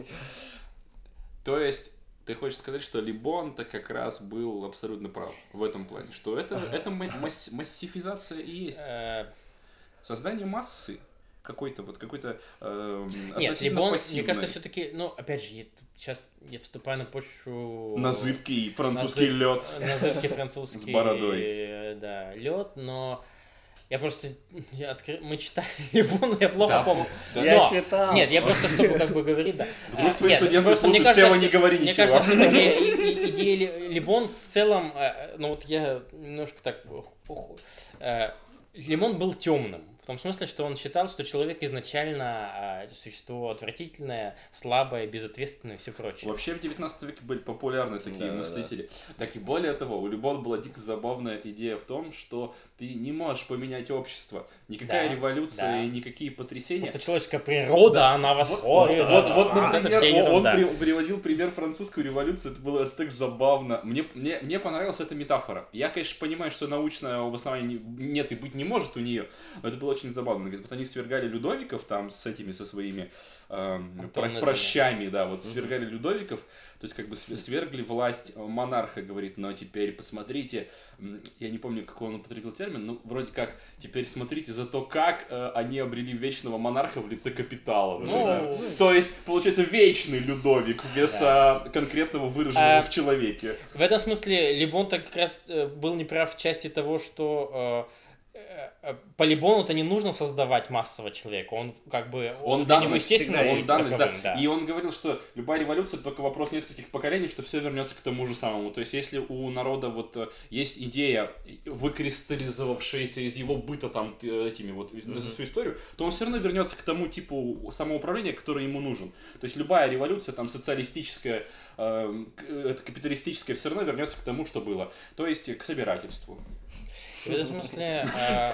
То есть, ты хочешь сказать, что Либон-то как раз был абсолютно прав в этом плане, что это, это ма- масс- массифизация и есть. Э, Создание массы какой-то, вот какой-то эм, Нет, относительно Либон, мне пассивной, кажется, все-таки, ну, опять же, сейчас я вступаю на почву... на зыбкий французский на зыб- лед. На зыбкий французский... С бородой. э, Да, лед, но... Я просто... Я откры- Мы читали Либон, я плохо Да. помню. Да. Я Но- читал. Нет, я просто, чтобы как бы говорить, да. Вдруг А, твои нет, студенты просто мне слушают, кажется, Сева, не все- говори Мне ничего. кажется, все-таки идея Ли- Либон в целом, э, ну вот я немножко так... ух- э, Лимон был темным. В том смысле, что он считал, что человек изначально э, существо отвратительное, слабое, безответственное и все прочее. Вообще в девятнадцатом веке были популярны такие Да, да, мыслители. Так и более того, у Либона была дико забавная идея в том, что ты не можешь поменять общество. Никакая Да, революция да. и никакие потрясения. Потому что человеческая природа, она Вот, восходит. вот, вот, а, это например, вся он, он ерунда. при- приводил пример французскую революцию, это было так забавно. Мне, мне, мне понравилась эта метафора. Я, конечно, понимаю, что научное обоснование не- нет и быть не может у нее, но это было очень забавно. Говорит, вот они свергали Людовиков там с этими, со своими эм, про- Антонетами. прощами, да, вот свергали Людовиков, то есть как бы св- свергли власть монарха, говорит, но теперь посмотрите, м, я не помню, какой он употребил термин, но вроде как, теперь смотрите за то, как э, они обрели вечного монарха в лице капитала. например. Ну, То есть, получается, вечный Людовик вместо конкретного выраженного А, в человеке. В этом смысле Либон-то как раз э, был неправ в части того, что э, э, по Либону-то не нужно создавать массового человека. Он как бы... Он для него, данность, естественно, всегда он есть данность, да. таковым, да. И он говорил, что любая революция это только вопрос нескольких поколений, что все вернется к тому же самому. То есть, если у народа вот э, есть идея, выкристаллизовавшаяся из его быта там э, этими вот Мгм. за всю историю, то он все равно вернется к тому типу самоуправления, который ему нужен. То есть любая революция, там социалистическая, э, к- это капиталистическая, все равно вернется к тому, что было. То есть к собирательству. В этом смысле, э,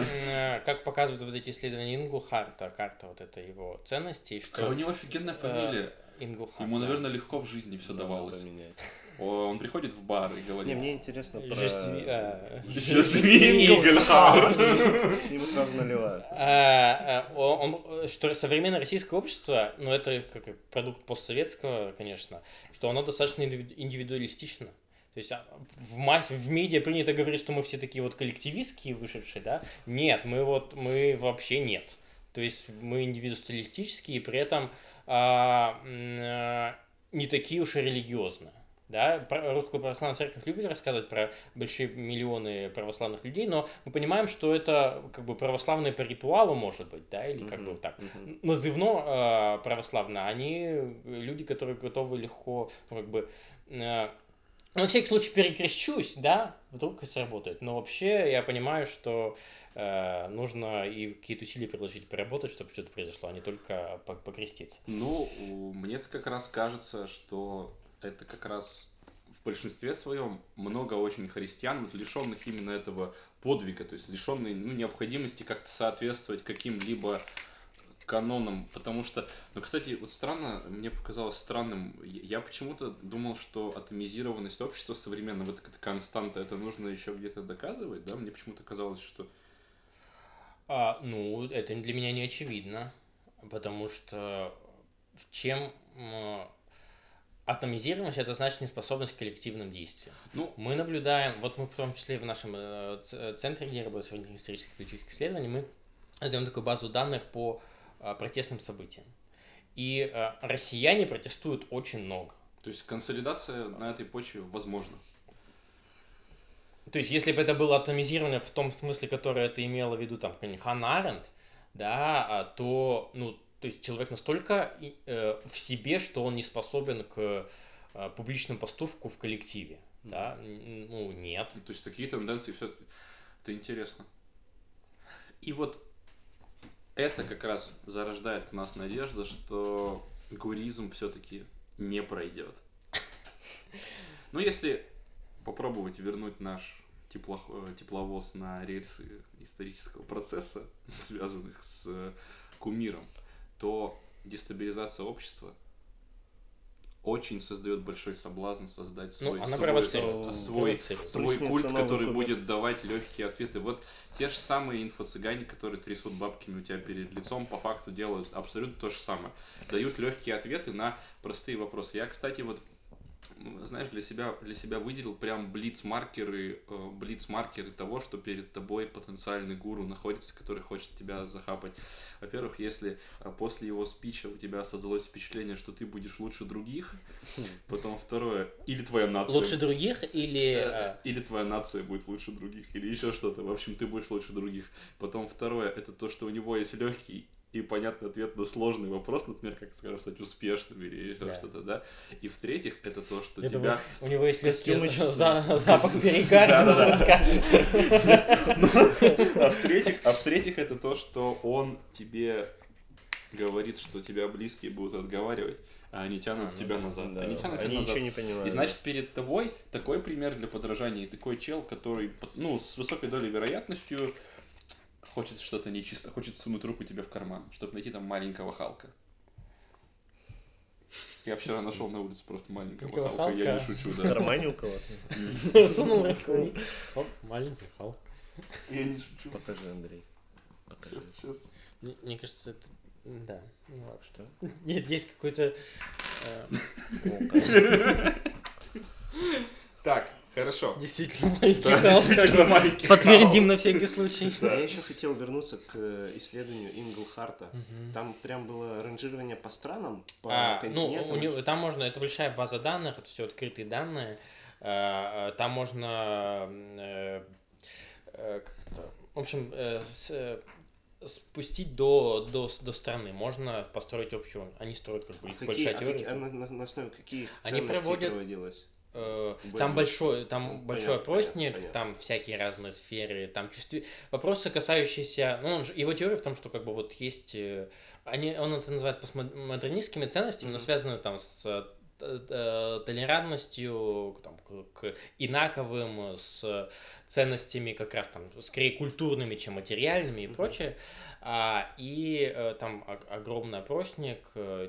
э, как показывают вот эти исследования Инглхарта, карта вот это его ценностей, А у что... него офигенная э, фамилия. Ингл-Харт, Ему, да. наверное, легко в жизни все Надо давалось. поменять. Он приходит в бар и говорит... Не, мне интересно про... Je suis, а, Je suis Ингл-Харт. Ему сразу наливают. А, а, он, он- что современное российское общество, ну это как и продукт постсоветского, конечно, что оно достаточно индиви- индивидуалистично. То есть а, в массе, в медиа принято говорить, что мы все такие вот коллективистские вышедшие, да? Нет, мы вот, мы вообще нет. То есть мы индивидуалистические, и при этом а, м, а, не такие уж и религиозные. Да? Про- Русская православная церковь любит рассказывать про большие миллионы православных людей, но мы понимаем, что это как бы православные по ритуалу, может быть, да, или как бы Мгм, так. мгм. Назывно э, православно, они люди, которые готовы легко, ну, как бы, э, ну, на всякий случай перекрещусь, да, вдруг это сработает. Но вообще я понимаю, что э, нужно и какие-то усилия приложить, поработать, чтобы что-то произошло, а не только по- покреститься. Ну, у- мне-то как раз кажется, что это как раз в большинстве своем много очень христиан, вот лишенных именно этого подвига, то есть лишенные ну, необходимости как-то соответствовать каким-либо канонам, потому что, ну, кстати, вот странно, мне показалось странным, я я почему-то думал, что атомизированность общества современного, это какая-то константа, это нужно еще где-то доказывать, да, мне почему-то казалось, что... А, ну, это для меня не очевидно, потому что в чем м, атомизированность, это значит неспособность к коллективным действиям. Ну, Мы наблюдаем, вот мы в том числе в нашем э, ц- центре, где я работаю, современных исторических и политических исследований, мы создаем такую базу данных по э, протестным событиям. И э, россияне протестуют очень много. то есть консолидация на этой почве возможна. То есть, если бы это было атомизировано в том смысле, который это имело в виду, там, какой-нибудь Ханна Аренд, да, а, то, ну, то есть человек настолько и, э, в себе, что он не способен к э, публичному поступку в коллективе, да, Н- ну, нет. То есть такие тенденции все это интересно. И вот это как раз зарождает в нас надежда, что гуризм все-таки не пройдет. Но если попробовать вернуть наш теплох- тепловоз на рельсы исторического процесса, связанных с кумиром, то дестабилизация общества очень создает большой соблазн создать Ну, свой, она свой, провоцирует. свой, Провоцирует. свой Прыснется культ, новый который кумир. будет давать легкие ответы. Вот те же самые инфо-цыгане, которые трясут бабками у тебя перед лицом, по факту делают абсолютно то же самое. Дают легкие ответы на простые вопросы. Я, кстати, вот м, знаешь, для себя, для себя выделил прям блиц-маркеры, э, блиц-маркеры того, что перед тобой потенциальный гуру находится, который хочет тебя захапать. Во-первых, если э, после его спича у тебя создалось впечатление, что ты будешь лучше других, потом второе, или твоя нация... Лучше других или... Э, э, Или твоя нация будет лучше других, или еще что-то. В общем, ты будешь лучше других. Потом второе, это то, что у него есть легкий и понятный ответ на сложный вопрос, например, как, скажем, стать успешным или еще Да. что-то, да. И в-третьих, это то, что я тебя... думаю, у него есть легкий Костюмы часы. за- запах перегаря, Да-да-да. кто скажет. А в-третьих, а в-третьих, это то, что он тебе говорит, что тебя близкие будут отговаривать, а они тянут А, ну тебя да, назад. Да, Они тянут они тебя назад. ничего не понимают. И значит, перед тобой такой пример для подражания, и такой чел, который, ну, с высокой долей вероятностью хочет что-то нечисто, хочет сунуть руку тебе в карман, чтобы найти там маленького Халка. Я вчера нашел на улице просто маленького Маленького Халка, я не Халка. шучу, В да. кармане у кого-то? Сунул руку. Оп, маленький Халк. Я не шучу. Покажи, Андрей. Покажи. Сейчас, сейчас. Мне мне кажется, это... Да. Ну ладно. Что? Нет, есть какой-то... э, О, как. Так, хорошо. Действительно маленький Да, Халк. действительно маленький Подтвердим на всякий случай. Я еще хотел вернуться к э, исследованию Инглхарта. Там прям было ранжирование по странам, по А, ну, континентам. у него, там можно, это большая база данных, это все открытые данные. Э, э, Там можно, э, э, как это, в общем, э, с- э, спустить до, до, с- до страны. Можно построить общую. Они строят как бы А их какие, большая а теория. какие- а на, на- на основе каких Они ценностей проводят- проводилось? Э, Были. Там большой, там Ну, большой понятно, опросник, понятно, понятно. там всякие разные сферы, там чувств... вопросы, касающиеся, ну, он же- его теория в том, что как бы вот есть, э, они, он это называет постмодернистскими ценностями, но Мгм. связанные там с э, э, толерантностью, там, к, к инаковым, с ценностями как раз там, скорее культурными, чем материальными и Мгм. прочее. А, и э, там о- огромный опросник, э,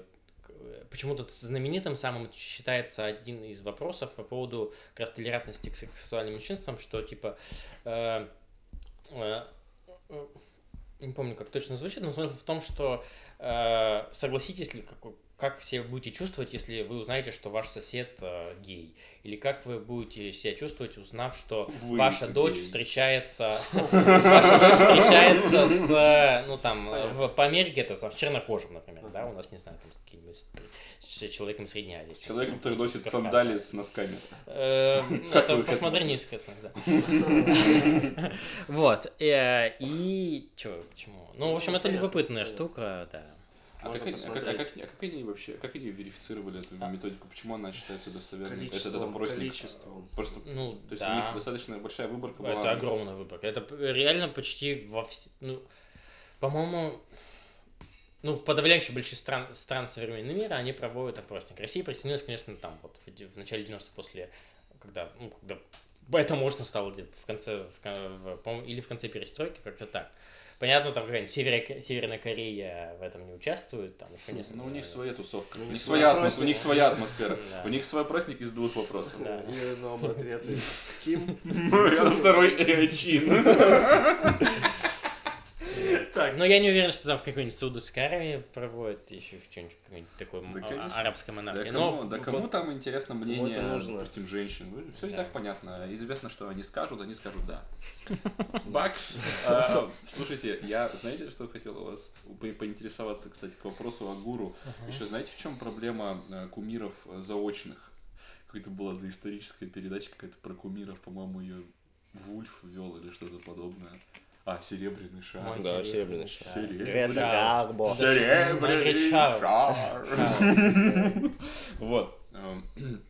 почему-то знаменитым самым считается один из вопросов по поводу как раз толерантности к сексуальным меньшинствам, что типа э, э, э, не помню, как точно звучит, но смысл в том, что э, согласитесь ли, как, как все будете чувствовать, если вы узнаете, что ваш сосед э, гей, или как вы будете себя чувствовать, узнав, что Вы ваша дочь гей. встречается, ваша дочь встречается с, ну там, в, по Америке это там, с чернокожим, например, да, у нас, не знаю, там, с каким-нибудь с человеком из Средней Азии. Человек, который носит С Кавказа. сандалии с носками. Э, Как Это вы к этому постмодернистская да. Вот. э, И чё, почему? Ну, в общем, это любопытная штука, да. А Можно как, они, а, как, а, посмотреть. как, а как они вообще, как они верифицировали эту А. методику? Почему она считается достоверной? Количеством, это, это просто количеством. Просто, Ну, то есть да. у них достаточно большая выборка была. Это огромная выборка. Это п- реально почти во все... Ну, по-моему, ну, в подавляющей большинстве стран, стран современного мира они проводят опросник. Россия присоединилась, конечно, там, вот, в, де- в начале девяностых, после, когда, ну, когда это можно стало где-то в конце, в, кон- в, по-моему, или в конце перестройки, как-то так. Понятно, там какая-нибудь Северя- Северная Корея в этом не участвует, там еще не Ну, у них своя тусовка. Ну, У у них них своя, свой атмос- у них опросник. своя атмосфера. Да. У них свой опросник из двух вопросов. Да. И нам ответы. Ким? Это второй э, чин. Так, но я не уверен, что там в какой-нибудь Саудовской Аравии проводят еще что-нибудь, какой-нибудь такой Да, а- конечно. арабской Да монархии. кому, Но да вот- кому там интересно мнение, это нужно? допустим, женщин? Все и Да. так понятно. Известно, что они скажут, они скажут да. Бак. А, Слушайте, я, знаете, что хотел у вас по- поинтересоваться, кстати, к вопросу о гуру. Еще знаете, в чем проблема э, кумиров э, заочных? Какая-то была доисторическая передача какая-то про кумиров, по-моему, ее Вульф вел или что-то подобное. А, серебряный шар. Мой Да, серебряный серебряный шар. Серебряный Грета шар. Гарбо. Да. Серебряный Маргарет Шауэр. шар. Вот. эм,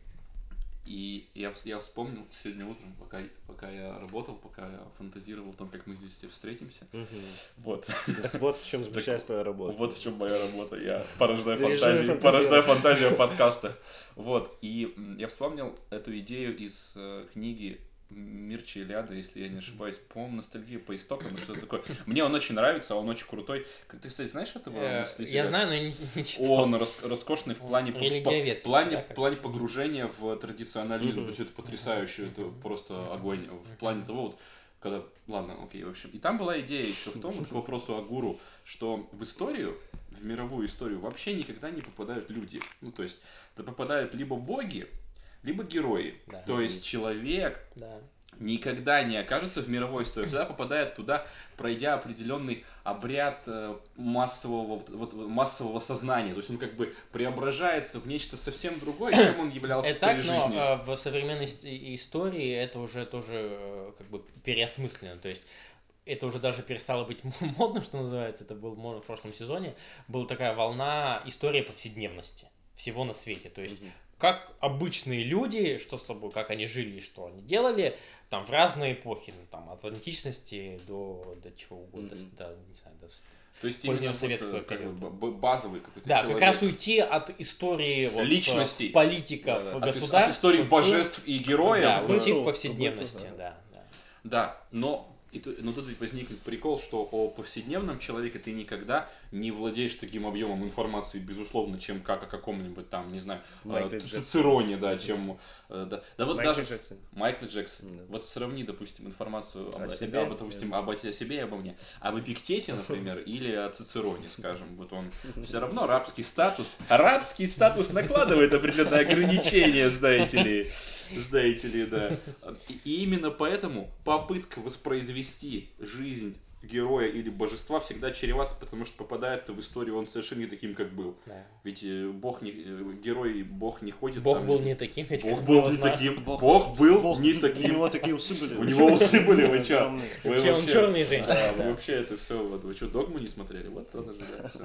И я, вс- я вспомнил сегодня утром, пока, пока я работал, пока я фантазировал о том, как мы здесь все встретимся. Мгм. Вот. Так вот в чем заключается твоя работа. Вот в чем моя работа. Я порождаю Режим фантазии, фантазировать. порождаю фантазию в подкастах. Вот. И м, я вспомнил эту идею из э, книги Мирча Илиада, если я не ошибаюсь. По-моему, ностальгия по истокам или что-то такое. Мне он очень нравится, он очень крутой. Как ты, кстати, знаешь этого Э, мыслителя? Я знаю, но я не, не читал. Он рас- роскошный в плане, Он по- религиовед, по- плане, да, как? в плане погружения в традиционализм. Мгм. То есть это потрясающе, это просто огонь. В плане того, вот, когда... Ладно, окей, в общем. И там была идея еще в том, вот, к вопросу о гуру, что в историю, в мировую историю вообще никогда не попадают люди. Ну, то есть, да попадают либо боги, либо герои. Да. То есть человек Да. никогда не окажется в мировой истории, всегда попадает туда, пройдя определенный обряд э, массового, вот, вот, массового сознания. То есть он как бы преображается в нечто совсем другое, чем он являлся Это в так, той но жизни. а, в современной ис- истории это уже тоже э, как бы переосмысленно. То есть это уже даже перестало быть модным, что называется. Это был модно в прошлом сезоне. Была такая волна истории повседневности всего на свете. То есть как обычные люди, что с собой, как они жили и что они делали, там в разные эпохи, ну, там от античности до, до чего угодно, Мгм. до, не знаю, до... То есть позднего именно вот, советского э, как бы периода. б- базовый какой-то Да, человек. как раз уйти от истории вот, Личностей. э, политиков, Да, да. От, ис- государств. от истории к- божеств и героев. Да, Быту, уйти быту, к повседневности, да. да, да. Да, но, и ту- но тут ведь возникнет прикол, что о повседневном человеке ты никогда не владеешь таким объемом информации, безусловно, чем как о каком-нибудь там, не знаю, Майкле э, Джексоне. Цицероне, да, чем... э, да. да вот Майкл даже Джексон. Майкл Джексон. Да. Вот сравни, допустим, информацию О об, себе? об, допустим, об о себе и обо мне. Об Эпиктете, например, или о Цицероне, скажем. Вот он все равно рабский статус. Рабский статус накладывает определенные ограничения, знаете ли. Знаете ли, да. И, и именно поэтому попытка воспроизвести жизнь героя или божества всегда чревата, потому что попадает в историю он совершенно не таким, как был. Да. Ведь э, бог не, э, герой, бог не ходит. Бог там, был не не таким, ведь Бог как был было не знать. таким. Бог, был не У таким. него такие усы были. У него усы были, вы чё? Огромные. Вы Вообще он черный женщина. Да, Да. вы вообще это все, вот вы что, догму не смотрели? Вот он же, да, все.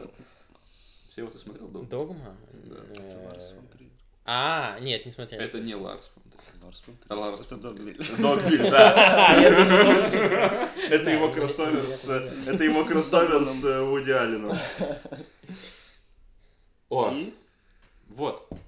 Все, вот ты смотрел догму? Догма? Да. Э, Ларс фон Триер. А, нет, не смотрел. Это не Ларс фон Триер. Ларс фон А Триер. Ларс Это фон Догвиль. Триер. Догвиль, да. А, я думаю, тоже чисто. Это Да, его я- кроссовер я- с... я- Это его кроссовер с э, Вуди Алленом. О, И? вот.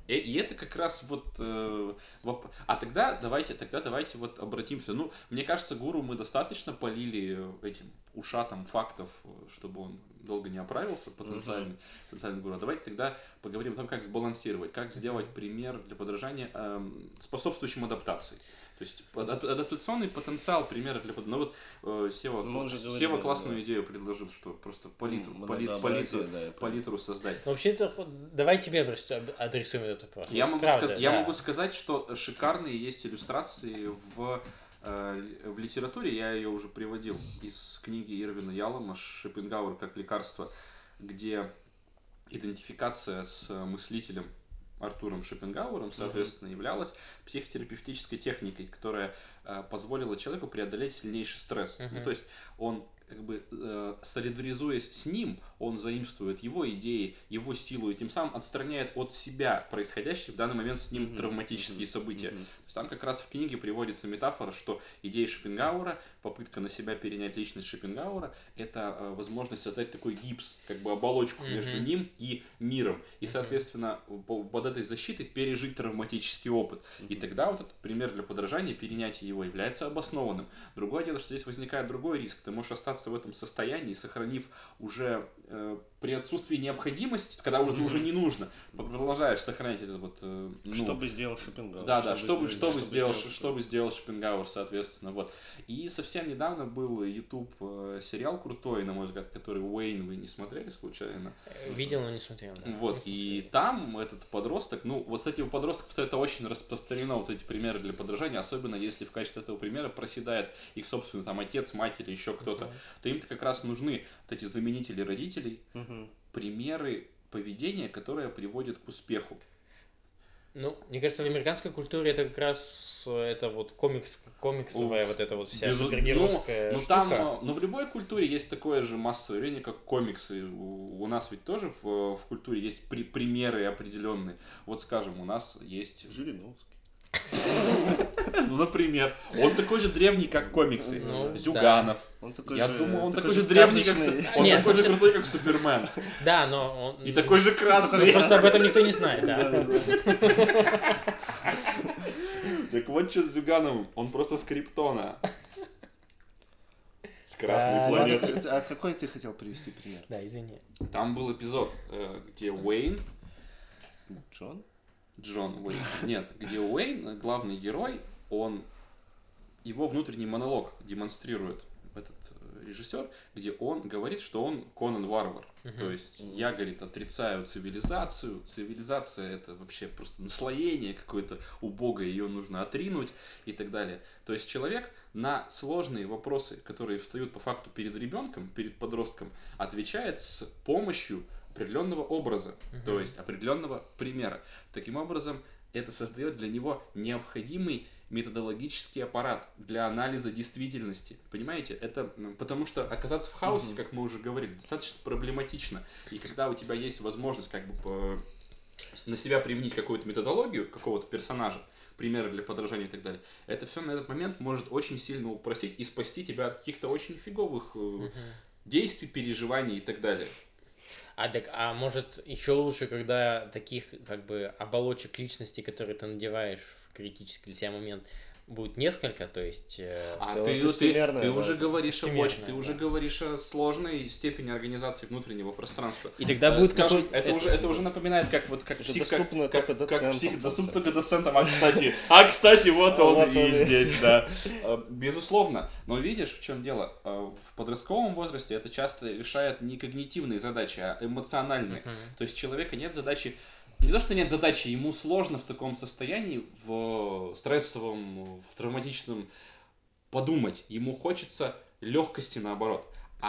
И, и это как раз вот... Э, воп... А тогда давайте, тогда давайте вот обратимся. Ну, мне кажется, гуру мы достаточно полили этим ушатом фактов, чтобы он долго не оправился, потенциальный, uh-huh. потенциальный гуру. А давайте тогда поговорим о том, как сбалансировать, как сделать пример для подражания, э, способствующим адаптации. То есть адаптационный потенциал примера для подражания. Ну вот э, Сева, ну, Сева говорили, классную да. идею предложил, что просто палитру, mm, палит, да, палитру, да, палитру создать. Ну, вообще-то, давай тебе адресуем этот вопрос. Я, могу, Правда, сказ- да. я могу сказать, что шикарные есть иллюстрации в, э, в литературе. Я ее уже приводил из книги Ирвина Ялома «Шопенгауэр как лекарство», где идентификация с мыслителем Артуром Шопенгауэром, соответственно, uh-huh. являлась психотерапевтической техникой, которая э, позволила человеку преодолеть сильнейший стресс. Uh-huh. Ну, то есть он, как бы, э, солидаризуясь с ним, он заимствует его идеи, его силу, и тем самым отстраняет от себя происходящие в данный момент с ним uh-huh. травматические uh-huh. события. Uh-huh. То есть там как раз в книге приводится метафора, что идея Шопенгауэра, попытка на себя перенять личность Шопенгауэра, это э, возможность создать такой гипс, как бы оболочку uh-huh. между ним и миром. И, соответственно, uh-huh. под этой защитой пережить травматический опыт. Uh-huh. И тогда вот этот пример для подражания, перенятие его является обоснованным. Другое дело, что здесь возникает другой риск. Ты можешь остаться в этом состоянии, сохранив уже э, при отсутствии необходимости, когда уже, mm-hmm. уже не нужно, продолжаешь сохранять этот вот... Э, ну, что бы сделал Шопенгауэр. Да, да, что бы сделал, сделал, что бы сделал Шопенгауэр, соответственно. Вот. И совсем недавно был YouTube э, сериал крутой, на мой взгляд, который Уэйн, вы не смотрели случайно? Видел, но не смотрел, да. Вот, не и там этот подросток, ну, вот, кстати, у подростков это очень распространено, вот эти примеры для подражания, особенно если в качестве этого примера проседает их собственный там отец, мать или еще кто-то, uh-huh. то им-то как раз нужны вот эти заменители родителей, uh-huh. примеры поведения, которые приводят к успеху. Ну, мне кажется, в американской культуре это как раз это вот комикс, комиксовая Уф, вот эта вот вся без... супергеройская ну, ну, штука. Там, ну, в любой культуре есть такое же массовое явление, как комиксы. У, у нас ведь тоже в, в культуре есть при, примеры определенные. Вот, скажем, у нас есть... Жириновский. Ну, например. Он такой же древний, как комиксы. Ну, Зюганов. Да. Он такой Я же, думаю, он такой такой же же древний, как... Он Нет, такой же крутой, как Супермен. Да, но он... И такой же красный. Просто об этом никто не знает, да. Так вот что с Зюгановым. Он просто с Криптона. С красной планеты. А какой ты хотел привести пример? Да, извини. Там был эпизод, где Уэйн... Джон? Джон Уэйн. Нет, где Уэйн, главный герой, он его внутренний монолог демонстрирует этот режиссер, где он говорит, что он Конан Варвар. Uh-huh. То есть uh-huh. я, говорит, отрицаю цивилизацию. Цивилизация это вообще просто наслоение какое-то убогое, ее нужно отринуть и так далее. То есть человек на сложные вопросы, которые встают по факту перед ребенком, перед подростком, отвечает с помощью определенного образа, uh-huh. то есть определенного примера. Таким образом, это создает для него необходимый методологический аппарат для анализа действительности. Понимаете? Это потому что оказаться в хаосе, uh-huh. как мы уже говорили, достаточно проблематично. И когда у тебя есть возможность как бы по... на себя применить какую-то методологию, какого-то персонажа, примеры для подражания и так далее, это все на этот момент может очень сильно упростить и спасти тебя от каких-то очень фиговых uh-huh. действий, переживаний и так далее. А, так, а может еще лучше, когда таких как бы оболочек личности, которые ты надеваешь в критический для себя момент, будет несколько, то есть... Э, а ты, ты, ты, ты да, уже говоришь о мощи, ты да. уже говоришь о сложной степени организации внутреннего пространства. И тогда будет Скажем, это, это уже это уже напоминает, как вот как псих, как, как, как, как псих доступно к доцентам. А кстати, а кстати, вот он и здесь, да. Безусловно. Но видишь, в чем дело? В подростковом возрасте это часто решает не когнитивные задачи, а эмоциональные. То есть у человека нет задачи. Не то, что нет задачи, ему сложно в таком состоянии, в стрессовом, в травматичном подумать. Ему хочется легкости наоборот.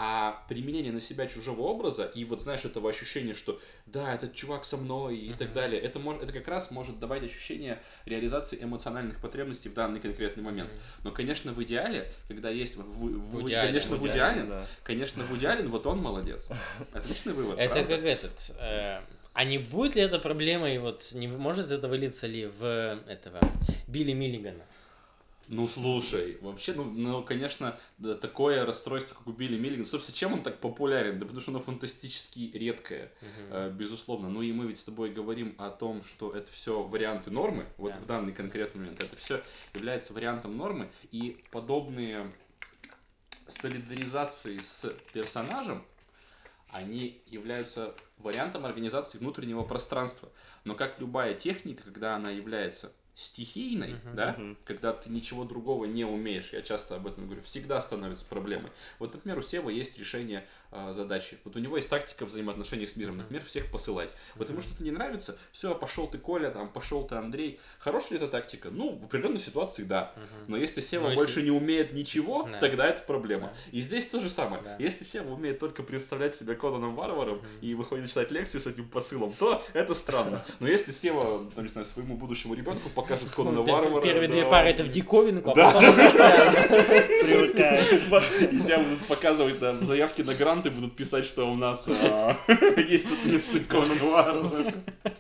А применение на себя чужого образа и вот, знаешь, этого ощущения, что да, этот чувак со мной и uh-huh. так далее, это, может, это как раз может давать ощущение реализации эмоциональных потребностей в данный конкретный момент. Uh-huh. Но, конечно, в идеале, когда есть... В, в, в идеале, конечно, в идеале, да. конечно, в идеале, вот он молодец. Отличный вывод, это правда? Как этот... Э... А не будет ли это проблемой, вот, не может это вылиться ли в этого Билли Миллигана? Ну, слушай, вообще, ну, ну конечно, да, такое расстройство, как у Билли Миллигана. Собственно, чем он так популярен? Да потому что оно фантастически редкое, Мгм. э, безусловно. Ну и мы ведь с тобой говорим о том, что это все варианты нормы. Вот Да. в данный конкретный момент это все является вариантом нормы. И подобные солидаризации с персонажем, они являются вариантом организации внутреннего пространства. Но как любая техника, когда она является стихийной, Мгм. да, Мгм. когда ты ничего другого не умеешь, я часто об этом говорю, всегда становится проблемой. Вот, например, у Сева есть решение э, задачи. Вот у него есть тактика взаимоотношений с миром, например, всех посылать. Вот ему что-то не нравится, все, пошел ты, Коля, там, пошел ты, Андрей. Хорошая ли эта тактика? Ну, в определенной ситуации, да. Мгм. Но если Сева Ну, если- больше не умеет ничего, Да. тогда это проблема. Да. И здесь то же самое. Да. Если Сева умеет только представлять себя Конаном Варваром Мгм. и выходит читать лекции с этим посылом, то это странно. Но если Сева, там, не знаю, своему будущему ребенку покажет Конана Да, Варвара... Первые две да, пары это в диковинку, а Да. потом уже правильно. Привыкаю. И тебя будут показывать, там, заявки на гранты, будут писать, что у нас а, есть тут местный Конан Варвар.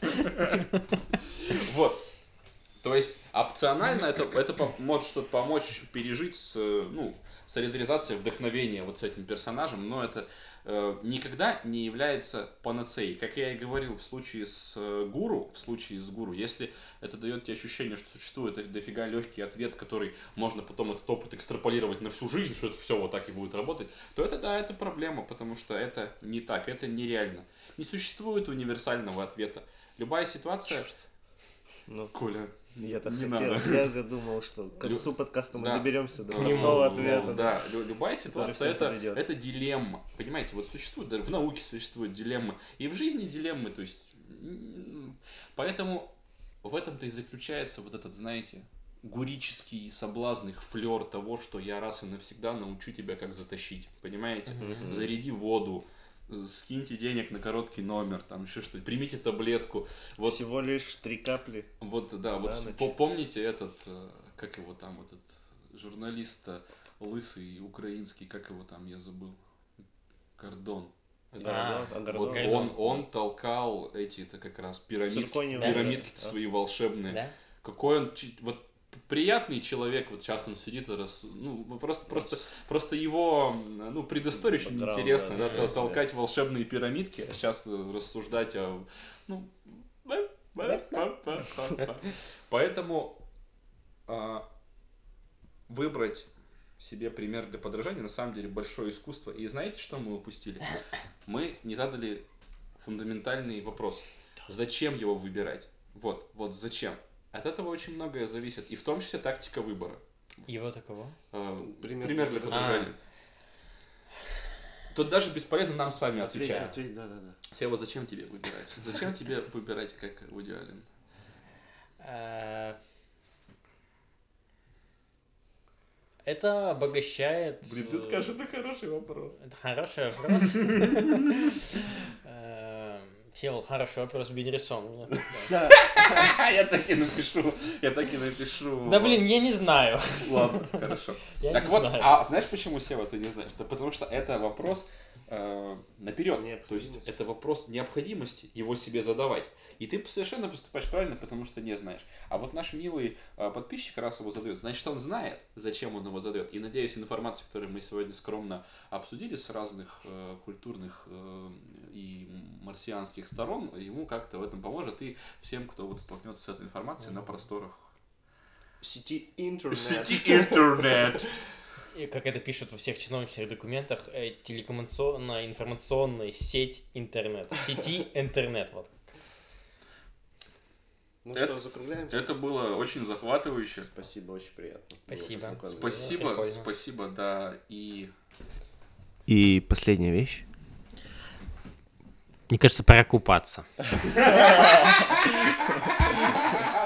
Вот. То есть, опционально это, это по- может что-то помочь пережить с, э, ну, солидаризацией, вдохновения вот с этим персонажем, но это э, никогда не является панацеей. Как я и говорил в случае с э, гуру, в случае с гуру, если это дает тебе ощущение, что существует дофига легкий ответ, который можно потом этот опыт экстраполировать на всю жизнь, что это все вот так и будет работать, то это, да, это проблема, потому что это не так, это нереально. Не существует универсального ответа. Любая ситуация... Ну, Коля, я так не хотел. надо. Я думал, что к концу подкаста мы Да. доберемся до К нему. простого Ну, ответа. да, лю- любая ситуация всем это, подойдет. это дилемма. Понимаете, вот существует, даже в науке существуют дилеммы. И в жизни дилеммы, то есть. м, Поэтому в этом-то и заключается вот этот, знаете, гурический соблазн, их флер того, что я раз и навсегда научу тебя, как затащить. Понимаете? Мгм. Заряди воду, скиньте денег на короткий номер, там еще что-то, примите таблетку. Вот, Всего лишь три капли. вот да, вот на ночь. по- помните этот, э, как его там, этот журналист лысый, украинский, как его там, я забыл, Гордон. Городон, а Вот Городон. Гордон. он, он толкал эти-то как раз пирамидки, Циркониевые, пирамидки да. свои волшебные. Да? Какой он, чи- вот приятный человек, вот сейчас он сидит и рас... ну, просто, просто, просто его, ну, предыстория очень Бэкграунд, интересная, да, да, да, тол- толкать волшебные пирамидки, а сейчас рассуждать о, ну, поэтому а, выбрать себе пример для подражания на самом деле большое искусство. И знаете, что мы упустили? Мы не задали фундаментальный вопрос. Зачем его выбирать? Вот, вот зачем? От этого очень многое зависит. И в том числе тактика выбора. Его такого? Э, Пример Пример для для подражания. Тут даже бесполезно нам с вами Ответь, отвечать. ответь, да, да, да. Сева, зачем тебе выбирать? Зачем тебе выбирать как Вуди Аллен? Э, Это обогащает... Блин, ты скажешь, это хороший вопрос. Это хороший вопрос. Э, Сел, хороший вопрос, Бенерисон. Я так и напишу. Я так и напишу. Да блин, я не знаю. Ладно, хорошо. Я Так не вот, знаю. а знаешь, почему, Сева, ты не знаешь? Да потому что это вопрос э, наперед. То есть Необходимость. это вопрос необходимости его себе задавать. И ты совершенно поступаешь правильно, потому что не знаешь. А вот наш милый э, подписчик, раз его задает, значит, он знает, зачем он его задает. И надеюсь, информация, которую мы сегодня скромно обсудили с разных э, культурных э, и марсианских сторон, ему как-то в этом поможет. И всем, кто вот столкнется с этой информацией на просторах В сети интернет. сети интернет. И, как это пишут во всех чиновничьих документах, э, телекоммуникационная информационная сеть интернет. Сети интернет. Вот. Ну Это- что, закругляемся? Это было очень захватывающе. Спасибо, очень приятно. было Спасибо. познакомиться. Спасибо, Прикольно. спасибо, да. И И последняя вещь. Мне кажется, пора купаться.